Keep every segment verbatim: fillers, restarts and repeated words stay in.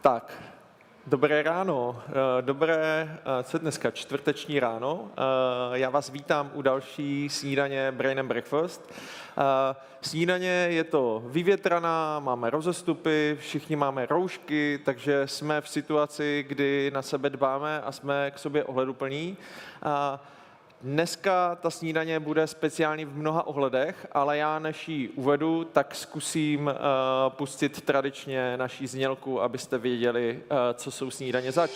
Tak, dobré ráno, dobré, co je dneska, čtvrteční ráno. Já vás vítám u další snídaně Brain and Breakfast. Snídaně je to vyvětraná, máme rozestupy, všichni máme roušky, takže jsme v situaci, kdy na sebe dbáme a jsme k sobě ohleduplní. Dneska ta snídaně bude speciální v mnoha ohledech, ale já než ji uvedu, tak zkusím uh, pustit tradičně naší znělku, abyste věděli, uh, co jsou snídaně zač.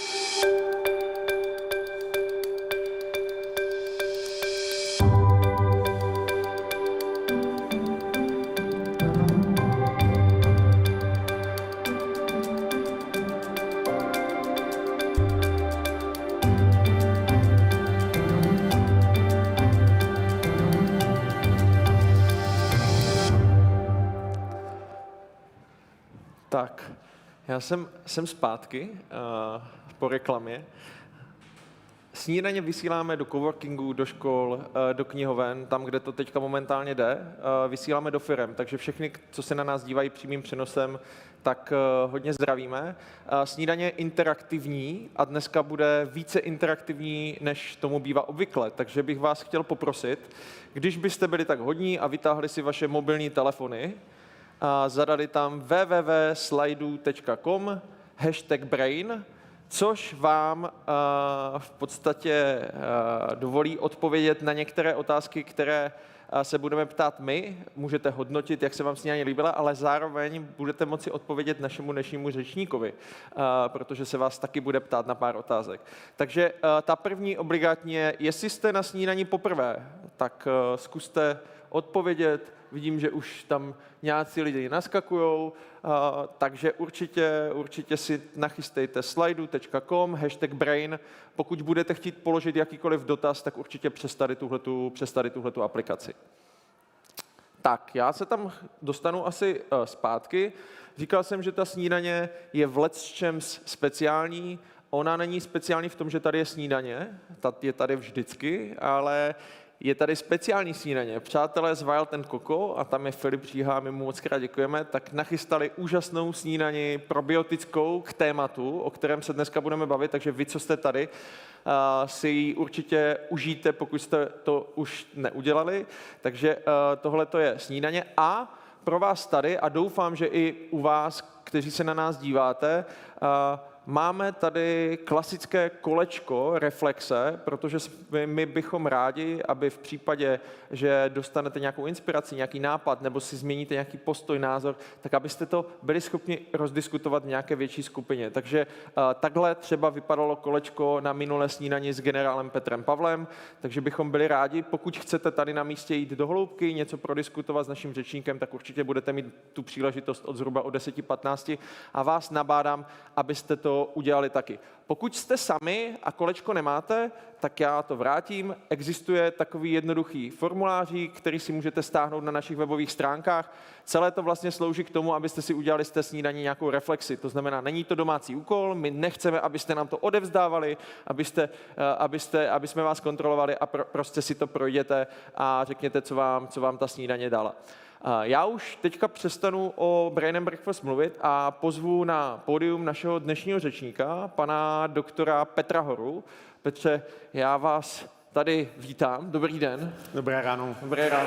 Tak, já jsem, jsem zpátky uh, po reklamě. Snídaně vysíláme do coworkingu, do škol, uh, do knihoven, tam, kde to teďka momentálně jde. Uh, vysíláme do firem, takže všechny, co se na nás dívají přímým přenosem, tak uh, hodně zdravíme. Uh, snídaně je interaktivní a dneska bude více interaktivní, než tomu bývá obvykle, takže bych vás chtěl poprosit, když byste byli tak hodní a vytáhli si vaše mobilní telefony, a zadali tam w w w tečka slido tečka com hashtag brain, což vám uh, v podstatě uh, dovolí odpovědět na některé otázky, které uh, se budeme ptát my. Můžete hodnotit, jak se vám snídaně líbila, ale zároveň budete moci odpovědět našemu dnešnímu řečníkovi, uh, protože se vás taky bude ptát na pár otázek. Takže uh, ta první obligátní je, jestli jste na snídani poprvé, tak uh, zkuste odpovědět. Vidím, že už tam nějací lidi naskakujou, uh, takže určitě, určitě si nachystejte slido tečka com, hashtag brain. Pokud budete chtít položit jakýkoliv dotaz, tak určitě přes tady tuhletu, přes tady tuhletu aplikaci. Tak, já se tam dostanu asi uh, zpátky. Říkal jsem, že ta snídaně je v lecčems speciální. Ona není speciální v tom, že tady je snídaně, ta je tady vždycky, ale je tady speciální snídaně. Přátelé z Wild and Coco, a tam je Filip Říha, my mu moc krát děkujeme, tak nachystali úžasnou snídani probiotickou k tématu, o kterém se dneska budeme bavit, takže vy, co jste tady, uh, si ji určitě užijte, pokud jste to už neudělali. Takže uh, tohle to je snídaně a pro vás tady, a doufám, že i u vás, kteří se na nás díváte, uh, máme tady klasické kolečko reflexe, protože my bychom rádi, aby v případě, že dostanete nějakou inspiraci, nějaký nápad, nebo si změníte nějaký postoj, názor, tak abyste to byli schopni rozdiskutovat v nějaké větší skupině. Takže uh, takhle třeba vypadalo kolečko na minulé snídani s generálem Petrem Pavlem, takže bychom byli rádi. Pokud chcete tady na místě jít do hloubky, něco prodiskutovat s naším řečníkem, tak určitě budete mít tu příležitost od zhruba od deset patnáct a vás nabádám, abyste to udělali taky. Pokud jste sami a kolečko nemáte, tak já to vrátím. Existuje takový jednoduchý formulářík, který si můžete stáhnout na našich webových stránkách. Celé to vlastně slouží k tomu, abyste si udělali z té snídaní nějakou reflexi. To znamená, není to domácí úkol, my nechceme, abyste nám to odevzdávali, abyste, abyste, aby jsme vás kontrolovali a pro, prostě si to projděte a řekněte, co vám, co vám ta snídaně dala. Já už teďka přestanu o Brain and Breakfast mluvit a pozvu na pódium našeho dnešního řečníka, pana doktora Petra Horu. Petře, já vás tady vítám. Dobrý den. Dobré ráno. Dobré ráno.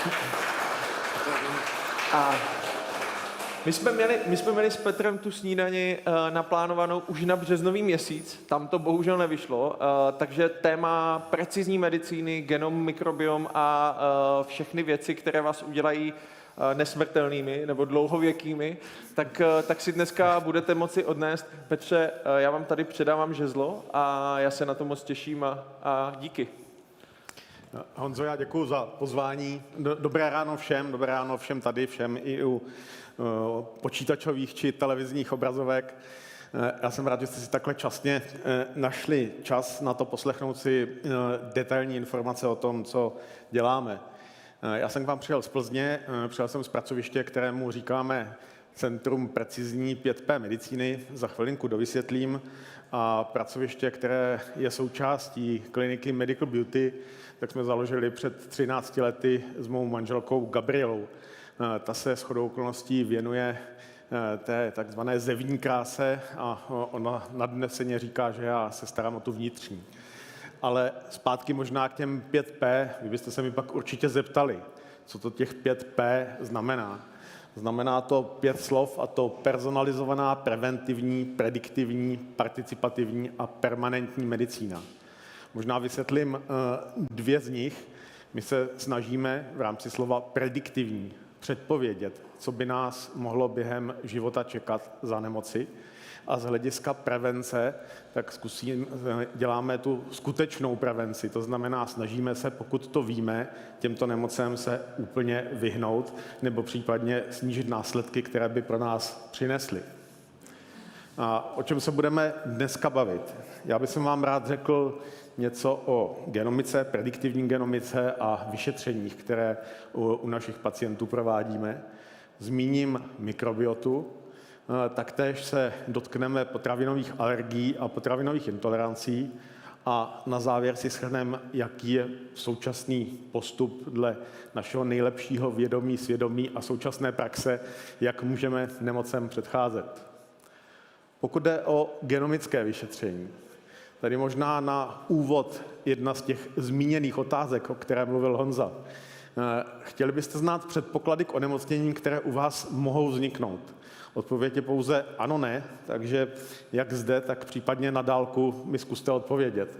A my jsme, měli, my jsme měli s Petrem tu snídani uh, naplánovanou už na březnový měsíc, tam to bohužel nevyšlo, uh, takže téma precizní medicíny, genom, mikrobiom a uh, všechny věci, které vás udělají uh, nesmrtelnými nebo dlouhověkými, tak, uh, tak si dneska budete moci odnést. Petře, uh, já vám tady předávám žezlo a já se na to moc těším a, a díky. Honzo, já děkuji za pozvání. Dobré ráno všem, dobré ráno všem tady, všem i u počítačových či televizních obrazovek. Já jsem rád, že jste si takhle časně našli čas na to poslechnout si detailní informace o tom, co děláme. Já jsem k vám přijel z Plzně, přijel jsem z pracoviště, kterému říkáme Centrum precizní pět P medicíny, za chvilinku dovysvětlím, a pracoviště, které je součástí kliniky Medical Beauty, tak jsme založili před třinácti lety s mou manželkou Gabrielou. Ta se shodou okolností věnuje té takzvané zevní kráse a ona nadneseně říká, že já se starám o tu vnitřní. Ale zpátky možná k těm pět P, vy byste se mi pak určitě zeptali, co to těch pět P znamená. Znamená to pět slov, a to personalizovaná, preventivní, prediktivní, participativní a permanentní medicína. Možná vysvětlím dvě z nich. My se snažíme v rámci slova prediktivní předpovědět, co by nás mohlo během života čekat za nemoci. A z hlediska prevence, tak zkusím, děláme tu skutečnou prevenci. To znamená, snažíme se, pokud to víme, těmto nemocem se úplně vyhnout nebo případně snížit následky, které by pro nás přinesly. A o čem se budeme dneska bavit? Já bych vám rád řekl něco o genomice, prediktivní genomice a vyšetřeních, které u, u našich pacientů provádíme. Zmíním mikrobiotu, taktéž se dotkneme potravinových alergií a potravinových intolerancí a na závěr si shrneme, jaký je současný postup dle našeho nejlepšího vědomí, svědomí a současné praxe, jak můžeme nemocem předcházet. Pokud jde o genomické vyšetření, tady možná na úvod jedna z těch zmíněných otázek, o které mluvil Honza. Chtěli byste znát předpoklady k onemocněním, které u vás mohou vzniknout? Odpověď je pouze ano, ne, takže jak zde, tak případně na dálku mi zkuste odpovědět.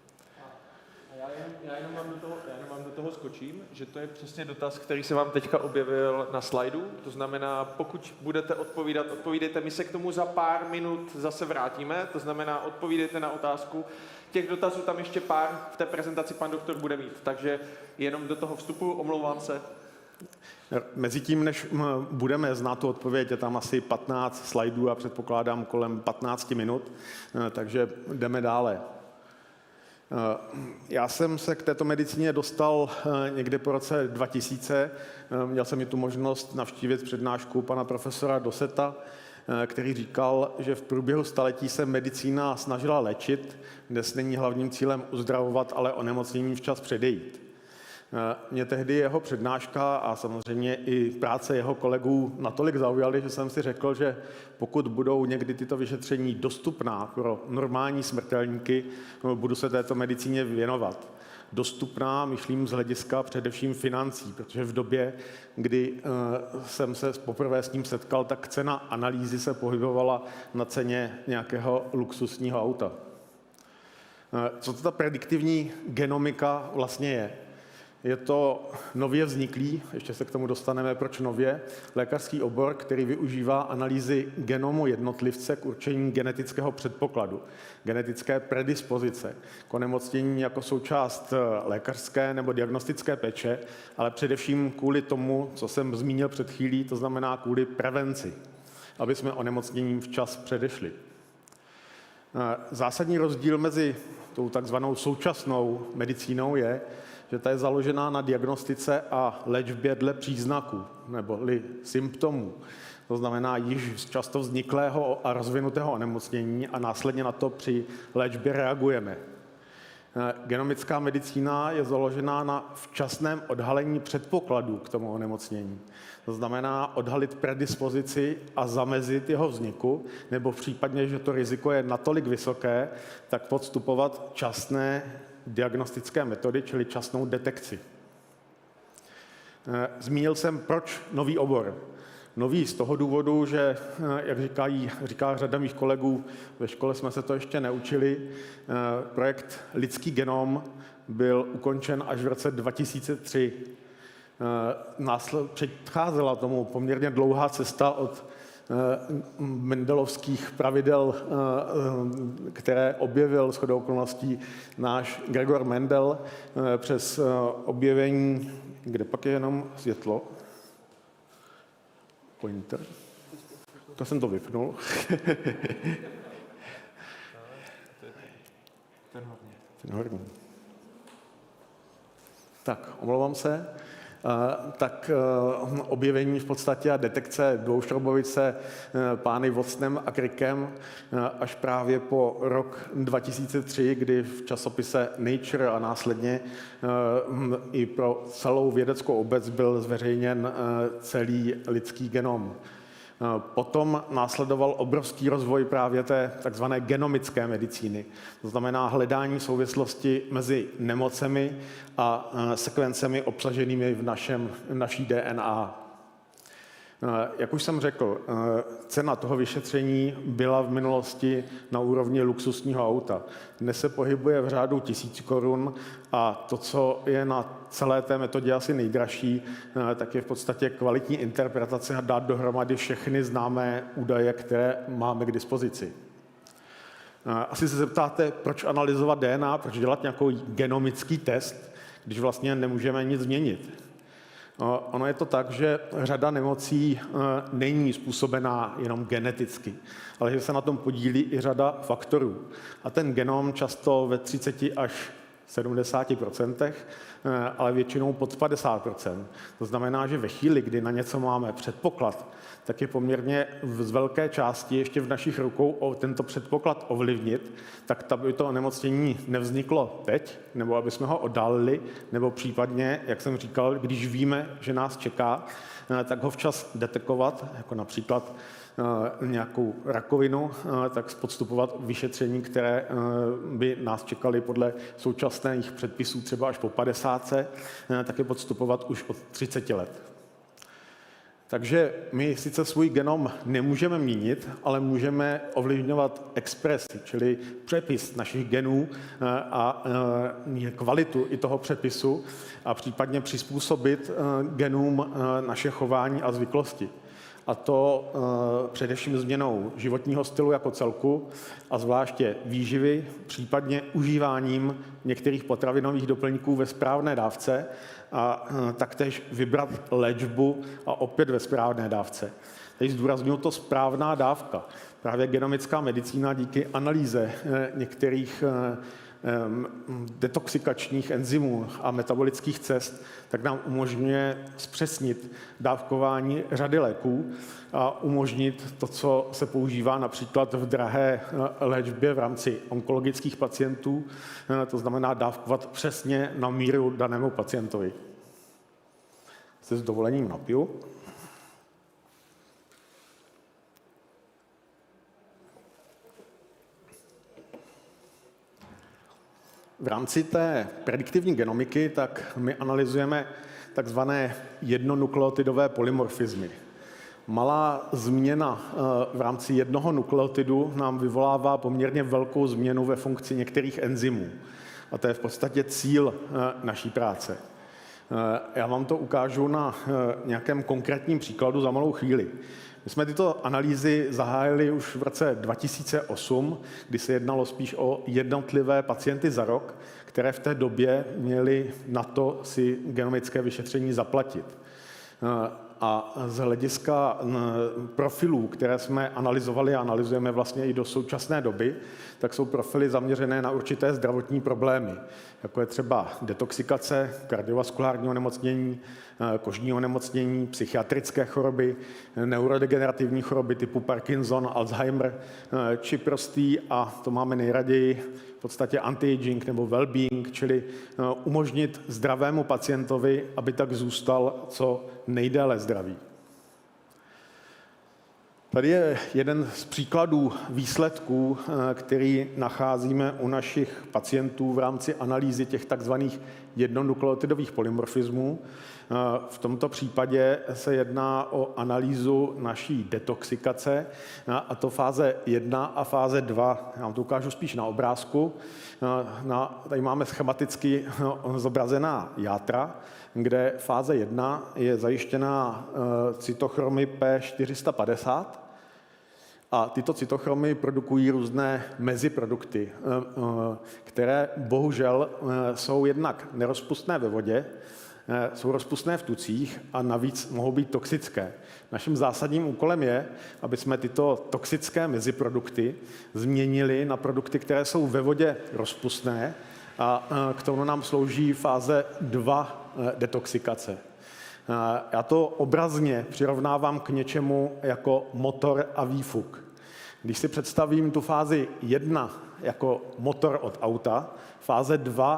A já jenom, já jenom, vám do toho, já jenom vám do toho skočím, že to je přesně dotaz, který se vám teďka objevil na slajdu. To znamená, pokud budete odpovídat, odpovídejte, my se k tomu za pár minut zase vrátíme, to znamená, odpovídejte na otázku. Těch dotazů tam ještě pár v té prezentaci pan doktor bude mít, takže jenom do toho vstupu, omlouvám se. Mezitím, než budeme znát tu odpověď, je tam asi patnáct slajdů a předpokládám kolem patnáct minut, takže jdeme dále. Já jsem se k této medicíně dostal někdy po roce dva tisíce. Měl jsem i tu možnost navštívit přednášku pana profesora Doseta, který říkal, že v průběhu staletí se medicína snažila léčit, dnes není hlavním cílem uzdravovat, ale onemocněním včas předejít. Mě tehdy jeho přednáška a samozřejmě i práce jeho kolegů natolik zaujaly, že jsem si řekl, že pokud budou někdy tyto vyšetření dostupná pro normální smrtelníky, budu se této medicíně věnovat. Dostupná, myslím, z hlediska především financí, protože v době, kdy jsem se poprvé s ním setkal, tak cena analýzy se pohybovala na ceně nějakého luxusního auta. Co to ta prediktivní genomika vlastně je? Je to nově vzniklý, ještě se k tomu dostaneme, proč nově, lékařský obor, který využívá analýzy genomu jednotlivce k určení genetického předpokladu, genetické predispozice k onemocnění jako součást lékařské nebo diagnostické péče, ale především kvůli tomu, co jsem zmínil před chvílí, to znamená kvůli prevenci, aby jsme onemocněním včas předešli. Zásadní rozdíl mezi tou takzvanou současnou medicínou je, že ta je založená na diagnostice a léčbě dle příznaků nebo-li symptomů. To znamená již často vzniklého a rozvinutého onemocnění a následně na to při léčbě reagujeme. Genomická medicína je založená na včasném odhalení předpokladů k tomu onemocnění. To znamená odhalit predispozici a zamezit jeho vzniku, nebo v případě, že to riziko je natolik vysoké, tak podstupovat časné diagnostické metody, čili časnou detekci. Zmínil jsem, proč nový obor. Nový z toho důvodu, že, jak říkají, říká řada mých kolegů, ve škole jsme se to ještě neučili, projekt Lidský genom byl ukončen až v roce dva tisíce tři. Předcházela tomu poměrně dlouhá cesta od mendelovských pravidel, které objevil shodou okolností náš Gregor Mendel, přes objevení, kde pak je jenom světlo, pointer, to jsem to vypnul. Ten horní. Ten horní. Tak, omlouvám se. Uh, tak uh, objevení v podstatě a detekce dvoušroubovice uh, pány Watsonem a Crickem uh, až právě po rok dva tisíce tři, kdy v časopise Nature a následně uh, i pro celou vědeckou obec byl zveřejněn uh, celý lidský genom. Potom následoval obrovský rozvoj právě té takzvané genomické medicíny. To znamená hledání souvislosti mezi nemocemi a sekvencemi obsaženými v, našem, v naší D N A. Jak už jsem řekl, cena toho vyšetření byla v minulosti na úrovni luxusního auta. Dnes se pohybuje v řádu tisíc korun a to, co je na celé té metodě asi nejdražší, tak je v podstatě kvalitní interpretace a dát dohromady všechny známé údaje, které máme k dispozici. Asi se zeptáte, proč analyzovat D N A, proč dělat nějaký genomický test, když vlastně nemůžeme nic změnit. Ono je to tak, že řada nemocí není způsobená jenom geneticky, ale že se na tom podílí i řada faktorů. A ten genom často ve třicet až sedmdesát procentech, ale většinou pod padesát procent. To znamená, že ve chvíli, kdy na něco máme předpoklad, tak je poměrně z velké části ještě v našich rukou o tento předpoklad ovlivnit, tak aby to onemocnění nevzniklo teď, nebo aby jsme ho oddálili, nebo případně, jak jsem říkal, když víme, že nás čeká, tak ho včas detekovat, jako například nějakou rakovinu, tak podstupovat vyšetření, které by nás čekaly podle současných předpisů třeba až po padesátce, tak je podstupovat už od třiceti let. Takže my sice svůj genom nemůžeme měnit, ale můžeme ovlivňovat expresi, čili přepis našich genů a kvalitu i toho přepisu a případně přizpůsobit genům naše chování a zvyklosti. A to uh, především změnou životního stylu jako celku a zvláště výživy, případně užíváním některých potravinových doplňků ve správné dávce a uh, taktéž vybrat léčbu a opět ve správné dávce. Teď zdůraznuju to správná dávka. Právě genomická medicína díky analýze uh, některých uh, detoxikačních enzymů a metabolických cest, tak nám umožňuje zpřesnit dávkování řady léků a umožnit to, co se používá například v drahé léčbě v rámci onkologických pacientů, to znamená dávkovat přesně na míru danému pacientovi. Se s dovolením napiju. V rámci té prediktivní genomiky tak my analyzujeme takzvané jednonukleotidové polymorfismy. Malá změna v rámci jednoho nukleotidu nám vyvolává poměrně velkou změnu ve funkci některých enzymů. A to je v podstatě cíl naší práce. Já vám to ukážu na nějakém konkrétním příkladu za malou chvíli. My jsme tyto analýzy zahájili už v roce dva tisíce osm, kdy se jednalo spíš o jednotlivé pacienty za rok, které v té době měly na to si genomické vyšetření zaplatit. A z hlediska profilů, které jsme analyzovali a analyzujeme vlastně i do současné doby, tak jsou profily zaměřené na určité zdravotní problémy, jako je třeba detoxikace, kardiovaskulární onemocnění, kožní onemocnění, psychiatrické choroby, neurodegenerativní choroby typu Parkinson, Alzheimer či prostý, a to máme nejraději v podstatě anti-aging nebo well-being, čili umožnit zdravému pacientovi, aby tak zůstal co nejdéle zdravý. Tady je jeden z příkladů výsledků, který nacházíme u našich pacientů v rámci analýzy těch takzvaných jednonukleotidových polymorfismů. V tomto případě se jedná o analýzu naší detoxikace, a to fáze jedna a fáze dva. Já vám to ukážu spíš na obrázku. Na, tady máme schematicky zobrazená játra, kde fáze jedna je zajištěná cytochromy P čtyři sta padesát a tyto cytochromy produkují různé meziprodukty, které bohužel jsou jednak nerozpustné ve vodě, jsou rozpustné v tucích a navíc mohou být toxické. Naším zásadním úkolem je, aby jsme tyto toxické meziprodukty změnili na produkty, které jsou ve vodě rozpustné, a k tomu nám slouží fáze dva detoxikace. Já to obrazně přirovnávám k něčemu jako motor a výfuk. Když si představím tu fázi jedna jako motor od auta, fáze dva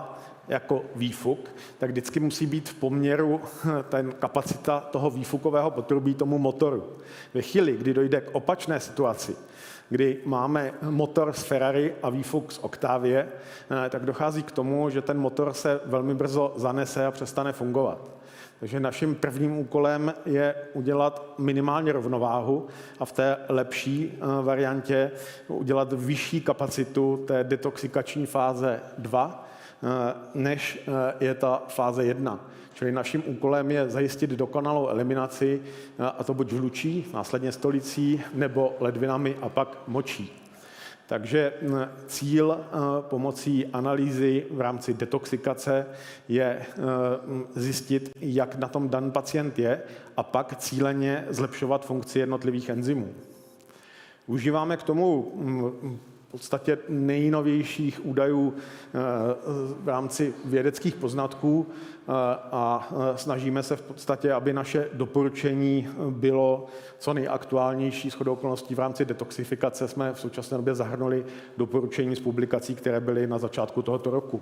jako výfuk, tak vždycky musí být v poměru ten kapacita toho výfukového potrubí tomu motoru. Ve chvíli, kdy dojde k opačné situaci, kdy máme motor z Ferrari a výfuk z Octavie, tak dochází k tomu, že ten motor se velmi brzo zanese a přestane fungovat. Takže naším prvním úkolem je udělat minimálně rovnováhu a v té lepší variantě udělat vyšší kapacitu té detoxikační fáze dva, než je ta fáze jedna. Čili naším úkolem je zajistit dokonalou eliminaci, a to buď žlučí, následně stolicí, nebo ledvinami a pak močí. Takže cíl pomocí analýzy v rámci detoxikace je zjistit, jak na tom daný pacient je, a pak cíleně zlepšovat funkci jednotlivých enzymů. Užíváme k tomu v podstatě nejnovějších údajů v rámci vědeckých poznatků a snažíme se v podstatě, aby naše doporučení bylo co nejaktuálnější. Shodou okolností v rámci detoxifikace jsme v současné době zahrnuli doporučení z publikací, které byly na začátku tohoto roku.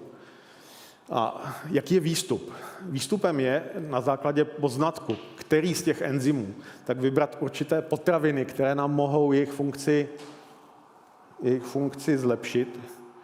A jaký je výstup? Výstupem je na základě poznatku, který z těch enzymů, tak vybrat určité potraviny, které nám mohou jejich funkci jejich funkci zlepšit.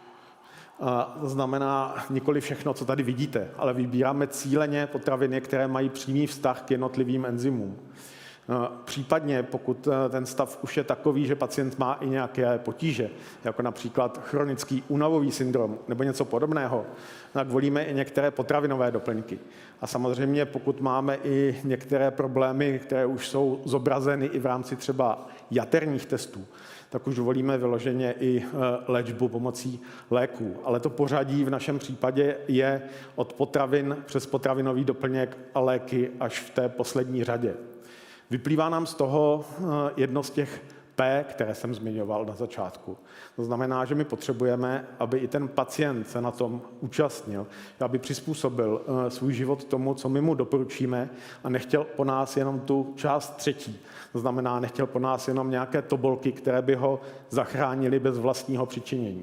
A to znamená nikoli všechno, co tady vidíte, ale vybíráme cíleně potraviny, které mají přímý vztah k jednotlivým enzymům. Případně, pokud ten stav už je takový, že pacient má i nějaké potíže, jako například chronický únavový syndrom nebo něco podobného, tak volíme i některé potravinové doplňky. A samozřejmě, pokud máme i některé problémy, které už jsou zobrazeny i v rámci třeba jaterních testů, tak už volíme vyloženě i léčbu pomocí léků. Ale to pořadí v našem případě je od potravin přes potravinový doplněk a léky až v té poslední řadě. Vyplývá nám z toho jedno z těch P, které jsem zmiňoval na začátku. To znamená, že my potřebujeme, aby i ten pacient se na tom účastnil, aby přizpůsobil svůj život tomu, co my mu doporučíme, a nechtěl po nás jenom tu část třetí. To znamená, nechtěl po nás jenom nějaké tobolky, které by ho zachránily bez vlastního přičinění.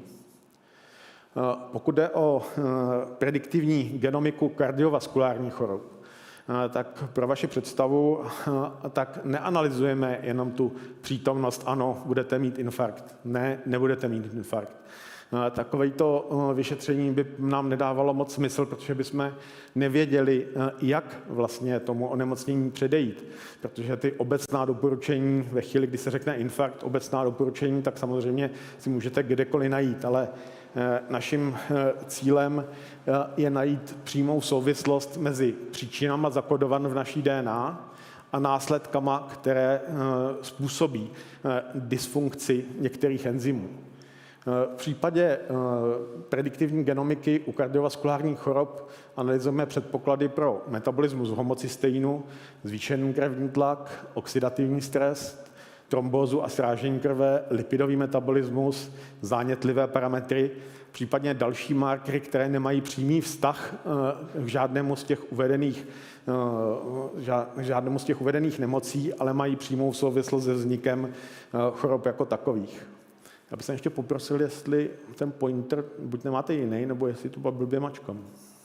Pokud jde o prediktivní genomiku kardiovaskulárních chorob, tak pro vaši představu, tak neanalyzujeme jenom tu přítomnost, ano, budete mít infarkt, ne, nebudete mít infarkt. Takovéto vyšetření by nám nedávalo moc smysl, protože bychom nevěděli, jak vlastně tomu onemocnění předejít. Protože ty obecná doporučení, ve chvíli, kdy se řekne infarkt, obecná doporučení, tak samozřejmě si můžete kdekoliv najít, ale naším cílem je najít přímou souvislost mezi příčinama zakodovanými v naší D N A a následkama, které způsobí dysfunkci některých enzymů. V případě prediktivní genomiky u kardiovaskulárních chorob analyzujeme předpoklady pro metabolismus homocysteinu, zvýšený krevní tlak, oxidativní stres, trombózu a srážení krve, lipidový metabolismus, zánětlivé parametry, případně další markery, které nemají přímý vztah k žádnému z těch uvedených, žádnému z těch uvedených nemocí, ale mají přímou souvislost se vznikem chorob jako takových. Já bych se ještě poprosil, jestli ten pointer, buď nemáte jiný, nebo jestli to blbě mačkám.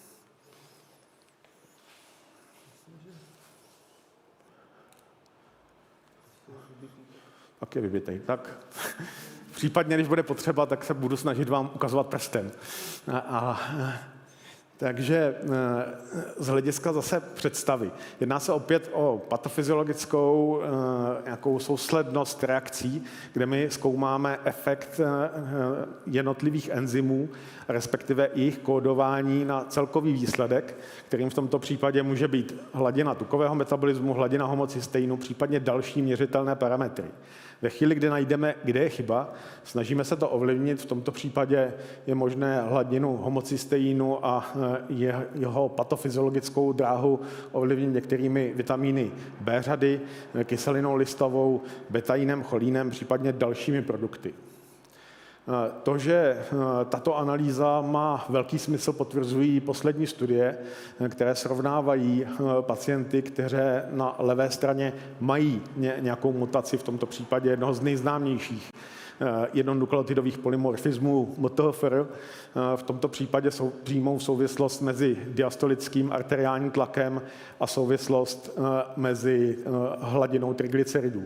Tak je vybitej. Tak případně, když bude potřeba, tak se budu snažit vám ukazovat prstem. A, a, takže z hlediska zase představy. Jedná se opět o patofyziologickou nějakou souslednost reakcí, kde my zkoumáme efekt jednotlivých enzymů, respektive jejich kódování na celkový výsledek, kterým v tomto případě může být hladina tukového metabolismu, hladina homocysteinu, případně další měřitelné parametry. Ve chvíli, kdy najdeme, kde je chyba, snažíme se to ovlivnit. V tomto případě je možné hladinu homocysteinu a jeho patofyziologickou dráhu ovlivnit některými vitamíny B řady, kyselinou listovou, betainem, cholínem, případně dalšími produkty. To, že tato analýza má velký smysl, potvrzují poslední studie, které srovnávají pacienty, kteří na levé straně mají nějakou mutaci, v tomto případě jednoho z nejznámějších jednonukleotidových polymorfismů M T H F R, v tomto případě jsou přímou souvislost mezi diastolickým arteriálním tlakem a souvislost mezi hladinou triglyceridů.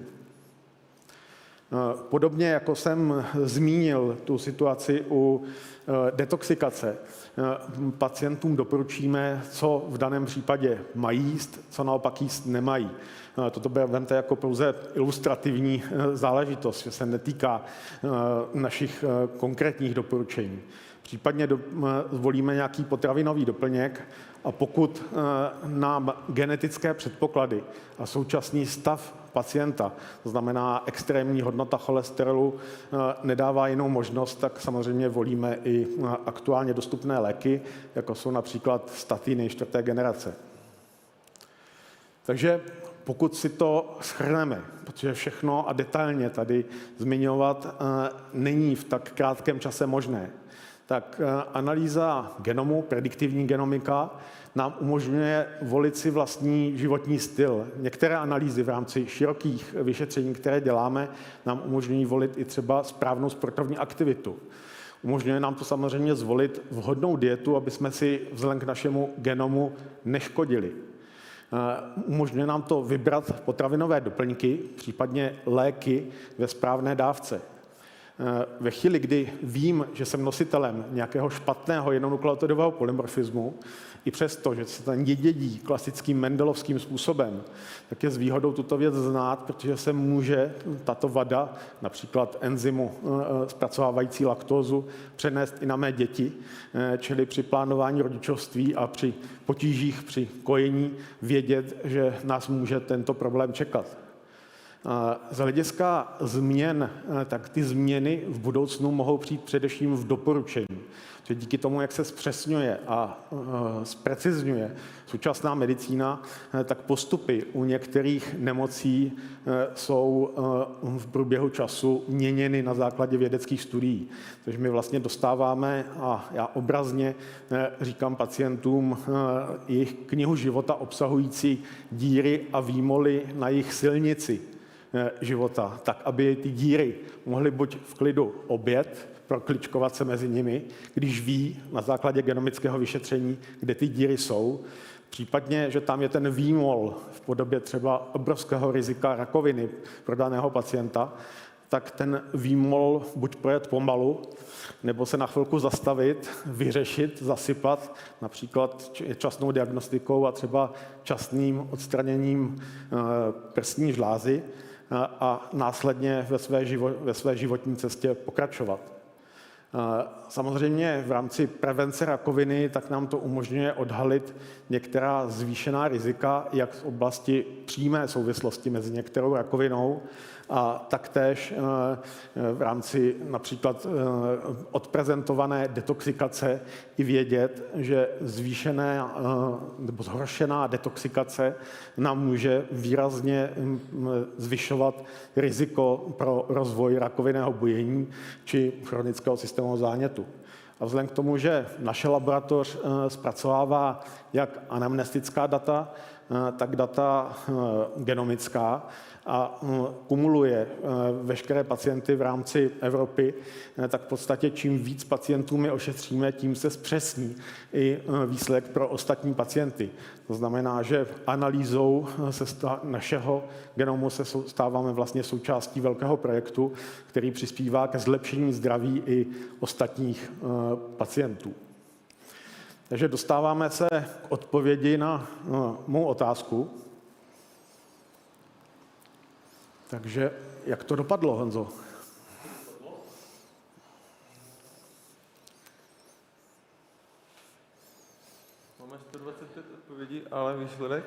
Podobně jako jsem zmínil tu situaci u detoxikace, pacientům doporučíme, co v daném případě mají jíst, co naopak jíst nemají. Toto vemte jako pouze ilustrativní záležitost, že se netýká našich konkrétních doporučení. Případně do, zvolíme nějaký potravinový doplněk a pokud nám genetické předpoklady a současný stav pacienta, to znamená extrémní hodnota cholesterolu, nedává jinou možnost, tak samozřejmě volíme i aktuálně dostupné léky, jako jsou například statiny čtvrté generace. Takže pokud si to shrneme, protože všechno a detailně tady zmiňovat není v tak krátkém čase možné, tak analýza genomu, prediktivní genomika, nám umožňuje volit si vlastní životní styl. Některé analýzy v rámci širokých vyšetření, které děláme, nám umožňují volit i třeba správnou sportovní aktivitu. Umožňuje nám to samozřejmě zvolit vhodnou dietu, aby jsme si vzhledem k našemu genomu neškodili. Umožňuje nám to vybrat potravinové doplňky, případně léky ve správné dávce. Ve chvíli, kdy vím, že jsem nositelem nějakého špatného jednonukleotidového polymorfismu, i přesto, že se ten dědí klasickým mendelovským způsobem, tak je s výhodou tuto věc znát, protože se může tato vada, například enzymu zpracovávající laktózu, přenést i na mé děti, čili při plánování rodičovství a při potížích při kojení vědět, že nás může tento problém čekat. Z hlediska změn, tak ty změny v budoucnu mohou přijít především v doporučení. Že díky tomu, jak se zpřesňuje a zprecizňuje současná medicína, tak postupy u některých nemocí jsou v průběhu času měněny na základě vědeckých studií. Takže my vlastně dostáváme, a já obrazně říkám pacientům, jejich knihu života obsahující díry a výmoly na jejich silnici života, tak aby ty díry mohly buď v klidu obět, prokličkovat se mezi nimi, když ví na základě genomického vyšetření, kde ty díry jsou, případně, že tam je ten výmol v podobě třeba obrovského rizika rakoviny pro daného pacienta, tak ten výmol buď projet pomalu, nebo se na chvilku zastavit, vyřešit, zasypat, například časnou diagnostikou a třeba časným odstraněním prsní žlázy, a následně ve své, živo, ve své životní cestě pokračovat. Samozřejmě v rámci prevence rakoviny tak nám to umožňuje odhalit některá zvýšená rizika, jak z oblasti přímé souvislosti mezi některou rakovinou a taktéž v rámci například odprezentované detoxikace i vědět, že zvýšené nebo zhoršená detoxikace nám může výrazně zvyšovat riziko pro rozvoj rakovinného bujení či chronického systémového zánětu. A vzhledem k tomu, že naše laboratoř zpracovává jak anamnestická data, tak data genomická a kumuluje veškeré pacienty v rámci Evropy, tak v podstatě čím víc pacientů my ošetříme, tím se zpřesní i výsledek pro ostatní pacienty. To znamená, že analýzou se našeho genomu se stáváme vlastně součástí velkého projektu, který přispívá ke zlepšení zdraví i ostatních pacientů. Takže dostáváme se k odpovědi na mou otázku. Takže jak to dopadlo, Honzo? Máme sto dvacet pět odpovědí, ale výsledek?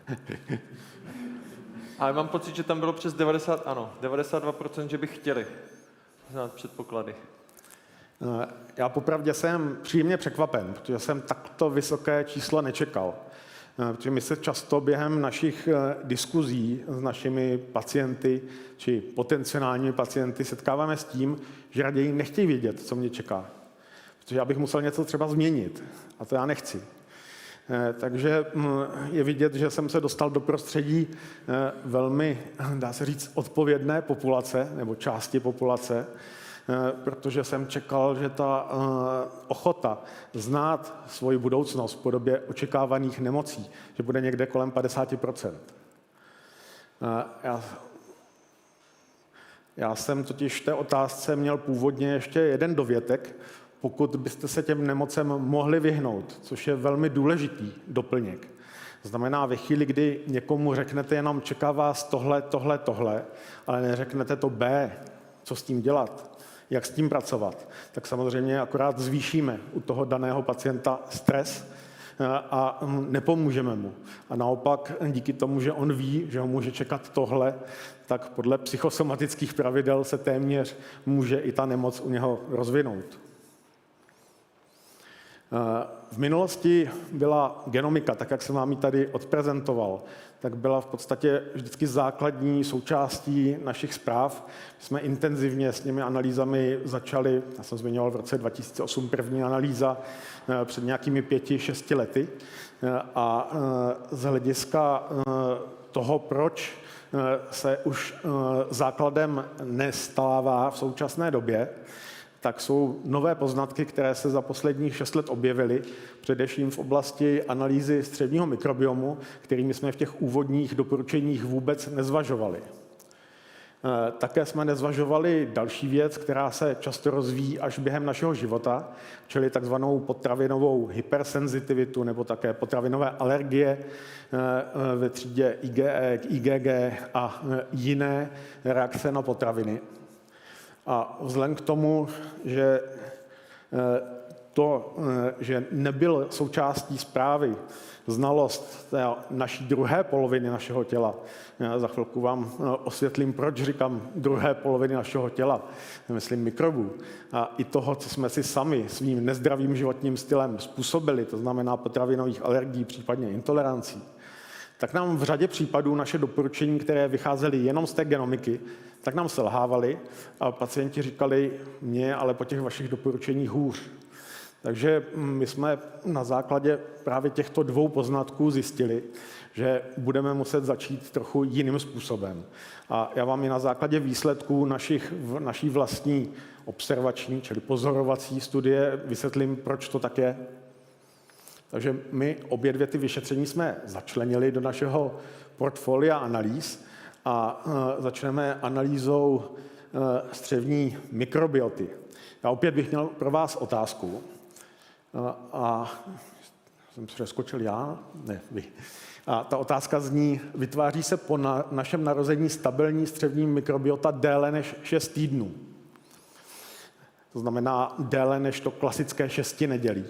Ale mám pocit, že tam bylo přes devadesát, ano, devadesát dva procent, že by chtěli znát předpoklady. Já popravdě jsem příjemně překvapen, protože jsem takto vysoké číslo nečekal. Protože my se často během našich diskuzí s našimi pacienty či potenciálními pacienty setkáváme s tím, že raději nechtějí vědět, co mě čeká. Protože já bych musel něco třeba změnit a to já nechci. Takže je vidět, že jsem se dostal do prostředí velmi, dá se říct, odpovědné populace nebo části populace, protože jsem čekal, že ta ochota znát svoji budoucnost v podobě očekávaných nemocí, že bude někde kolem padesát procent. Já, já jsem totiž v té otázce měl původně ještě jeden dovětek, pokud byste se těm nemocem mohli vyhnout, což je velmi důležitý doplněk. Znamená, ve chvíli, kdy někomu řeknete jenom čeká vás tohle, tohle, tohle, ale neřeknete to B, co s tím dělat, jak s tím pracovat, tak samozřejmě akorát zvýšíme u toho daného pacienta stres a nepomůžeme mu. A naopak díky tomu, že on ví, že ho může čekat tohle, tak podle psychosomatických pravidel se téměř může i ta nemoc u něho rozvinout. V minulosti byla genomika, tak jak jsem vám ji tady odprezentoval, tak byla v podstatě vždycky základní součástí našich zpráv. My jsme intenzivně s těmi analýzami začali, já jsem zmiňoval v roce dva tisíce osm první analýza, před nějakými pěti, šesti lety. A z hlediska toho, proč se už základem nestává v současné době, tak jsou nové poznatky, které se za posledních šest let objevily, především v oblasti analýzy střevního mikrobiomu, kterými jsme v těch úvodních doporučeních vůbec nezvažovali. Také jsme nezvažovali další věc, která se často rozvíjí až během našeho života, čili takzvanou potravinovou hypersenzitivitu nebo také potravinové alergie ve třídě I G E, I G G a jiné reakce na potraviny. A vzhledem k tomu, že to, že nebyl součástí zprávy znalost té naší druhé poloviny našeho těla, já za chvilku vám osvětlím, proč říkám druhé poloviny našeho těla, myslím mikrobů, a i toho, co jsme si sami svým nezdravým životním stylem způsobili, to znamená potravinových alergií, případně intolerancí, tak nám v řadě případů naše doporučení, které vycházely jenom z té genomiky, tak nám selhávaly a pacienti říkali, mě ale po těch vašich doporučeních hůř. Takže my jsme na základě právě těchto dvou poznatků zjistili, že budeme muset začít trochu jiným způsobem. A já vám i na základě výsledků našich, naší vlastní observační, čili pozorovací studie vysvětlím, proč to tak je. Takže my obě dvě ty vyšetření jsme začlenili do našeho portfolia analýz a začneme analýzou střevní mikrobioty. Já opět bych měl pro vás otázku. A jsem přeskočil já? Ne, vy. A ta otázka zní, vytváří se po na, našem narození stabilní střevní mikrobiota déle než šest týdnů. To znamená déle než to klasické šesti nedělí.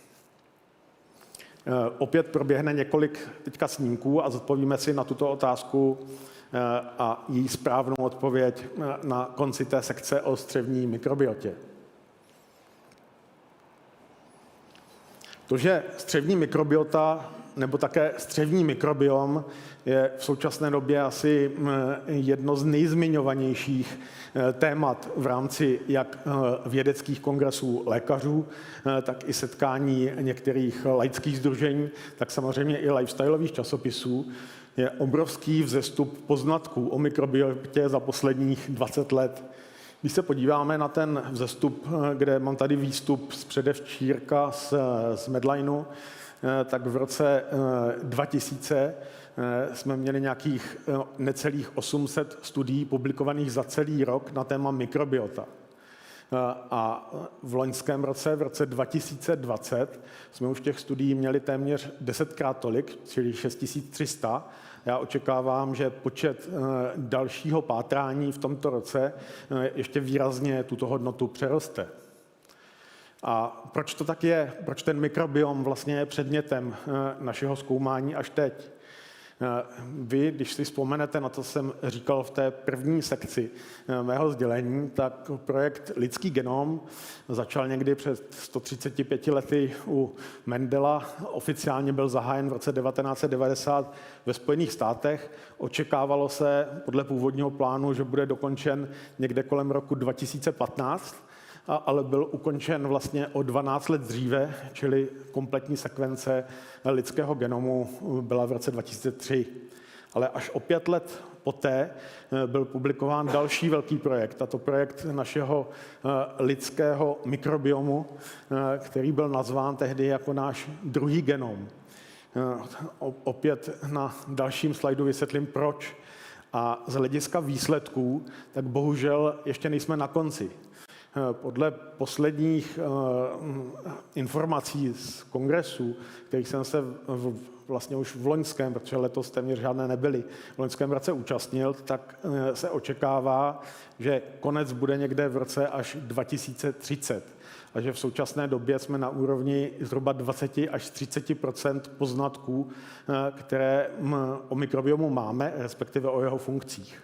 Opět proběhne několik teďka snímků a zodpovíme si na tuto otázku a její správnou odpověď na konci té sekce o střevní mikrobiotě. To, že střevní mikrobiota nebo také střevní mikrobiom je v současné době asi jedno z nejzmiňovanějších témat v rámci jak vědeckých kongresů lékařů, tak i setkání některých laických sdružení, tak samozřejmě i lifestyleových časopisů, je obrovský vzestup poznatků o mikrobiotě za posledních dvacet let. Když se podíváme na ten vzestup, kde mám tady výstup z předevčírka z, z Medlineu, tak v roce dva tisíce jsme měli nějakých necelých osm set studií publikovaných za celý rok na téma mikrobiota. A v loňském roce, v roce dva tisíce dvacet, jsme už těch studií měli téměř desetkrát tolik, čili šest tisíc tři sta. Já očekávám, že počet dalšího pátrání v tomto roce ještě výrazně tuto hodnotu přeroste. A proč to tak je? Proč ten mikrobiom vlastně je předmětem našeho zkoumání až teď? Vy, když si vzpomenete na to, co jsem říkal v té první sekci mého sdělení, tak projekt Lidský genom začal někdy před sto třiceti pěti lety u Mendela. Oficiálně byl zahájen v roce devatenáct set devadesát ve Spojených státech. Očekávalo se podle původního plánu, že bude dokončen někde kolem roku dva tisíce patnáct. ale byl ukončen vlastně o dvanáct let dříve, čili kompletní sekvence lidského genomu byla v roce dva tisíce tři. Ale až o pět let poté byl publikován další velký projekt, a to projekt našeho lidského mikrobiomu, který byl nazván tehdy jako náš druhý genom. Opět na dalším slajdu vysvětlím proč. A z hlediska výsledků, tak bohužel ještě nejsme na konci. Podle posledních informací z kongresu, kterých jsem se v, vlastně už v loňském, protože letos téměř žádné nebyly, v loňském roce účastnil, tak se očekává, že konec bude někde v roce až dva tisíce třicet. A že v současné době jsme na úrovni zhruba dvacet až třicet procent poznatků, které o mikrobiomu máme, respektive o jeho funkcích.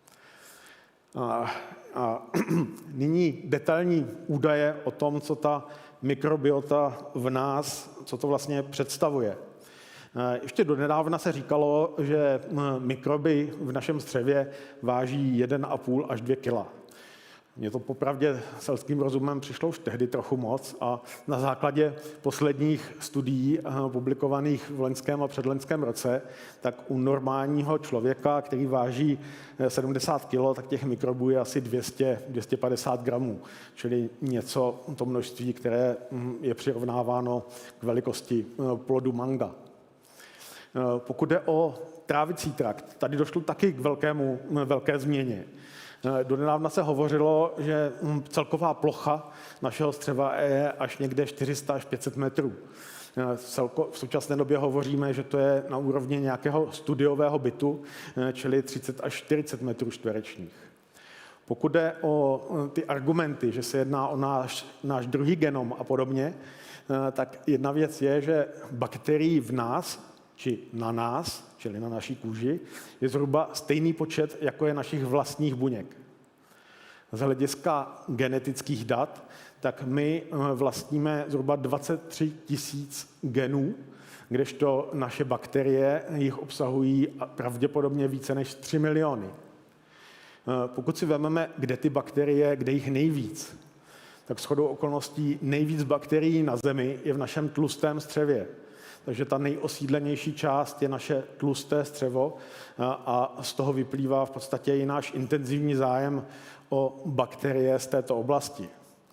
A, a nyní detailní údaje o tom, co ta mikrobiota v nás, co to vlastně představuje. Ještě donedávna se říkalo, že mikroby v našem střevě váží jedna a půl až dvě kila. Mně to popravdě selským rozumem přišlo už tehdy trochu moc a na základě posledních studií publikovaných v loňském a předloňském roce, tak u normálního člověka, který váží sedmdesát kilo, tak těch mikrobů je asi dvě stě až dvě stě padesát gramů, čili něco to množství, které je přirovnáváno k velikosti plodu manga. Pokud jde o trávicí trakt, tady došlo taky k velkému, velké změně. Donedávna se hovořilo, že celková plocha našeho střeva je až někde čtyři sta až pět set metrů. V současné době hovoříme, že to je na úrovni nějakého studiového bytu, čili třicet až čtyřicet metrů čtverečních. Pokud jde o ty argumenty, že se jedná o náš, náš druhý genom a podobně, tak jedna věc je, že bakterií v nás, či na nás, čili na naší kůži, je zhruba stejný počet, jako je našich vlastních buněk. Z hlediska genetických dat, tak my vlastníme zhruba dvacet tři tisíc genů, kdežto naše bakterie jich obsahují pravděpodobně více než tři miliony. Pokud si vezmeme, kde ty bakterie, kde jich nejvíc, tak shodou okolností nejvíc bakterií na Zemi je v našem tlustém střevě. Takže ta nejosídlenější část je naše tlusté střevo a z toho vyplývá v podstatě i náš intenzivní zájem o bakterie z této oblasti.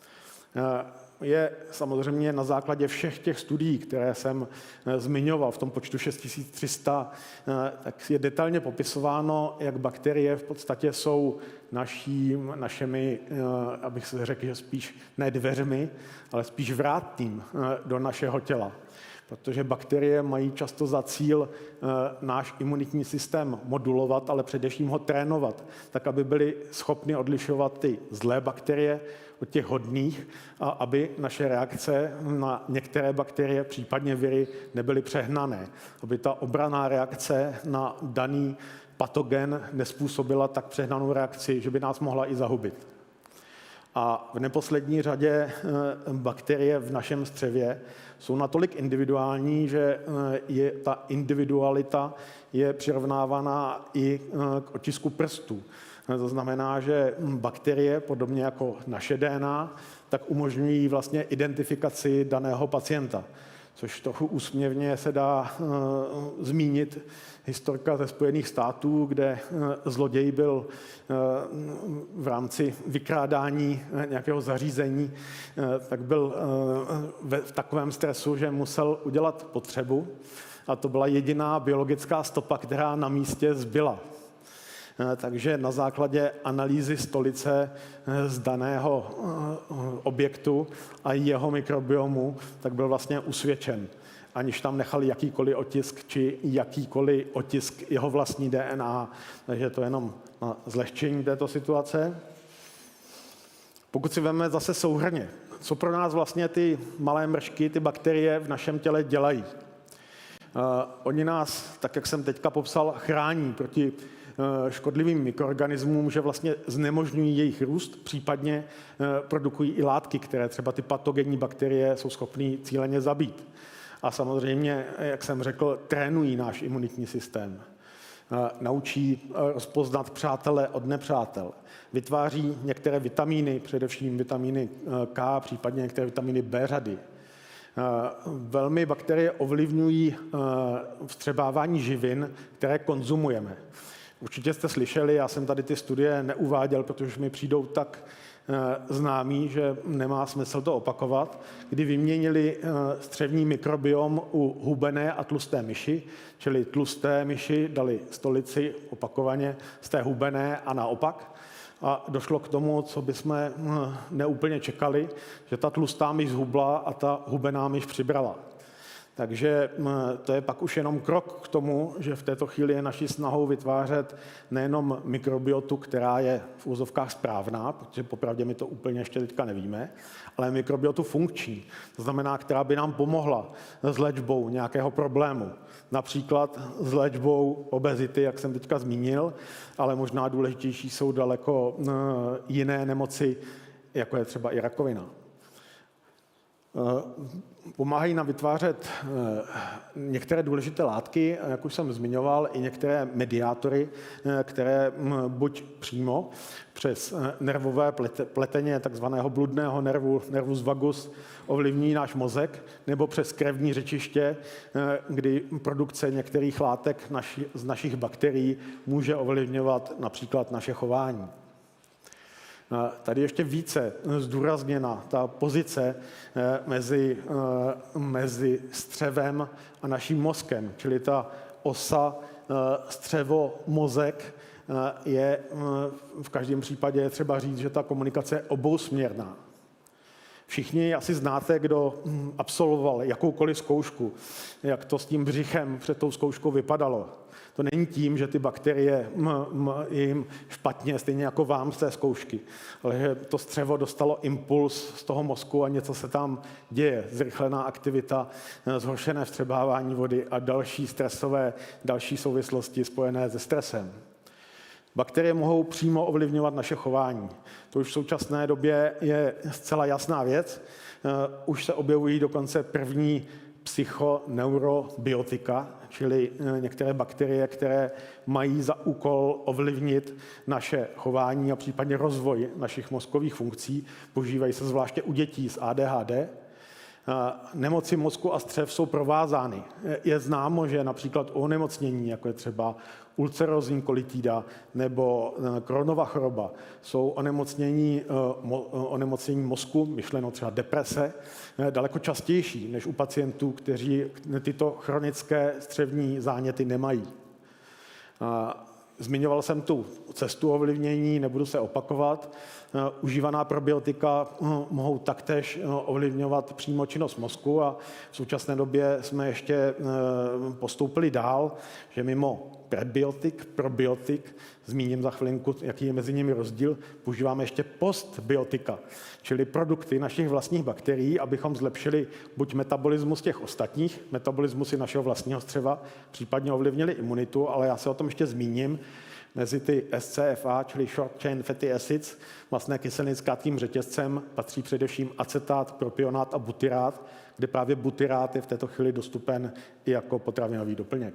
Je samozřejmě na základě všech těch studií, které jsem zmiňoval v tom počtu šest tisíc tři sta, tak je detailně popisováno, jak bakterie v podstatě jsou naší, našimi, abych se řekl, že spíš ne dveřmi, ale spíš vrátným do našeho těla. Protože bakterie mají často za cíl e, náš imunitní systém modulovat, ale především ho trénovat, tak aby byly schopny odlišovat ty zlé bakterie od těch hodných a aby naše reakce na některé bakterie, případně viry, nebyly přehnané. Aby ta obranná reakce na daný patogen nespůsobila tak přehnanou reakci, že by nás mohla i zahubit. A v neposlední řadě bakterie v našem střevě jsou natolik individuální, že je, ta individualita je přirovnávaná i k otisku prstů. To znamená, že bakterie, podobně jako naše D N A, tak umožňují vlastně identifikaci daného pacienta. Což trochu úsměvně se dá uh, zmínit historka ze Spojených států, kde uh, zloděj byl uh, v rámci vykrádání uh, nějakého zařízení, uh, tak byl uh, ve, v takovém stresu, že musel udělat potřebu a to byla jediná biologická stopa, která na místě zbyla. Takže na základě analýzy stolice z daného objektu a jeho mikrobiomu, tak byl vlastně usvědčen, aniž tam nechali jakýkoliv otisk či jakýkoliv otisk jeho vlastní D N A. Takže to je jenom na zlehčení této situace. Pokud si vezmeme zase souhrnně, co pro nás vlastně ty malé mršky, ty bakterie v našem těle dělají. Uh, oni nás, tak jak jsem teďka popsal, chrání proti škodlivým mikroorganismům, že vlastně znemožňují jejich růst, případně produkují i látky, které třeba ty patogenní bakterie jsou schopné cíleně zabít. A samozřejmě, jak jsem řekl, trénují náš imunitní systém. naučí rozpoznat přátele od nepřátel. Vytváří některé vitamíny, především vitamíny K, případně některé vitamíny B řady. Velmi bakterie ovlivňují vstřebávání živin, které konzumujeme. Určitě jste slyšeli, já jsem tady ty studie neuváděl, protože mi přijdou tak známý, že nemá smysl to opakovat, kdy vyměnili střevní mikrobiom u hubené a tlusté myši, čili tlusté myši dali stolici opakovaně z té hubené a naopak. A došlo k tomu, co bychom neúplně čekali, že ta tlustá myš zhubla a ta hubená myš přibrala. Takže to je pak už jenom krok k tomu, že v této chvíli je naší snahou vytvářet nejenom mikrobiotu, která je v úzovkách správná, protože popravdě my to úplně ještě teďka nevíme, ale mikrobiotu funkční, to znamená, která by nám pomohla s léčbou nějakého problému. Například s léčbou obezity, jak jsem teďka zmínil, ale možná důležitější jsou daleko jiné nemoci, jako je třeba i rakovina. Pomáhají nám vytvářet některé důležité látky, jak už jsem zmiňoval, i některé mediátory, které buď přímo přes nervové pleteně takzvaného bludného nervu, nervus vagus, ovlivní náš mozek, nebo přes krevní řečiště, kdy produkce některých látek naši, z našich bakterií může ovlivňovat například naše chování. Tady ještě více zdůrazněna ta pozice mezi, mezi střevem a naším mozkem, čili ta osa střevo-mozek je v každém případě třeba říct, že ta komunikace je obousměrná. Všichni asi znáte, kdo absolvoval jakoukoliv zkoušku, jak to s tím břichem před tou zkouškou vypadalo. To není tím, že ty bakterie je jim špatně, stejně jako vám z té zkoušky, ale že to střevo dostalo impuls z toho mozku a něco se tam děje. Zrychlená aktivita, zhoršené vstřebávání vody a další stresové, další souvislosti spojené se stresem. Bakterie mohou přímo ovlivňovat naše chování. To už v současné době je zcela jasná věc. Už se objevují dokonce první psychoneurobiotika, čili některé bakterie, které mají za úkol ovlivnit naše chování a případně rozvoj našich mozkových funkcí. Používají se zvláště u dětí s A D H D. Nemoci mozku a střev jsou provázány. Je známo, že například u onemocnění, jako je třeba ulcerózní kolitida nebo Crohnova choroba, jsou onemocnění, onemocnění mozku, myšleno třeba deprese, daleko častější než u pacientů, kteří tyto chronické střevní záněty nemají. Zmiňoval jsem tu cestu ovlivnění, nebudu se opakovat. Užívaná probiotika mohou taktéž ovlivňovat přímo činnost mozku a v současné době jsme ještě postoupili dál, že mimo prebiotik, probiotik, zmíním za chvilinku, jaký je mezi nimi rozdíl, používáme ještě postbiotika, čili produkty našich vlastních bakterií, abychom zlepšili buď metabolismus těch ostatních, metabolismus i našeho vlastního střeva, případně ovlivnili imunitu, ale já se o tom ještě zmíním. Mezi ty S C F A, čili Short Chain Fatty Acids, masné kyseliny s krátkým řetězcem, patří především acetát, propionát a butyrát, kde právě butyrát je v této chvíli dostupen i jako potravinový doplněk.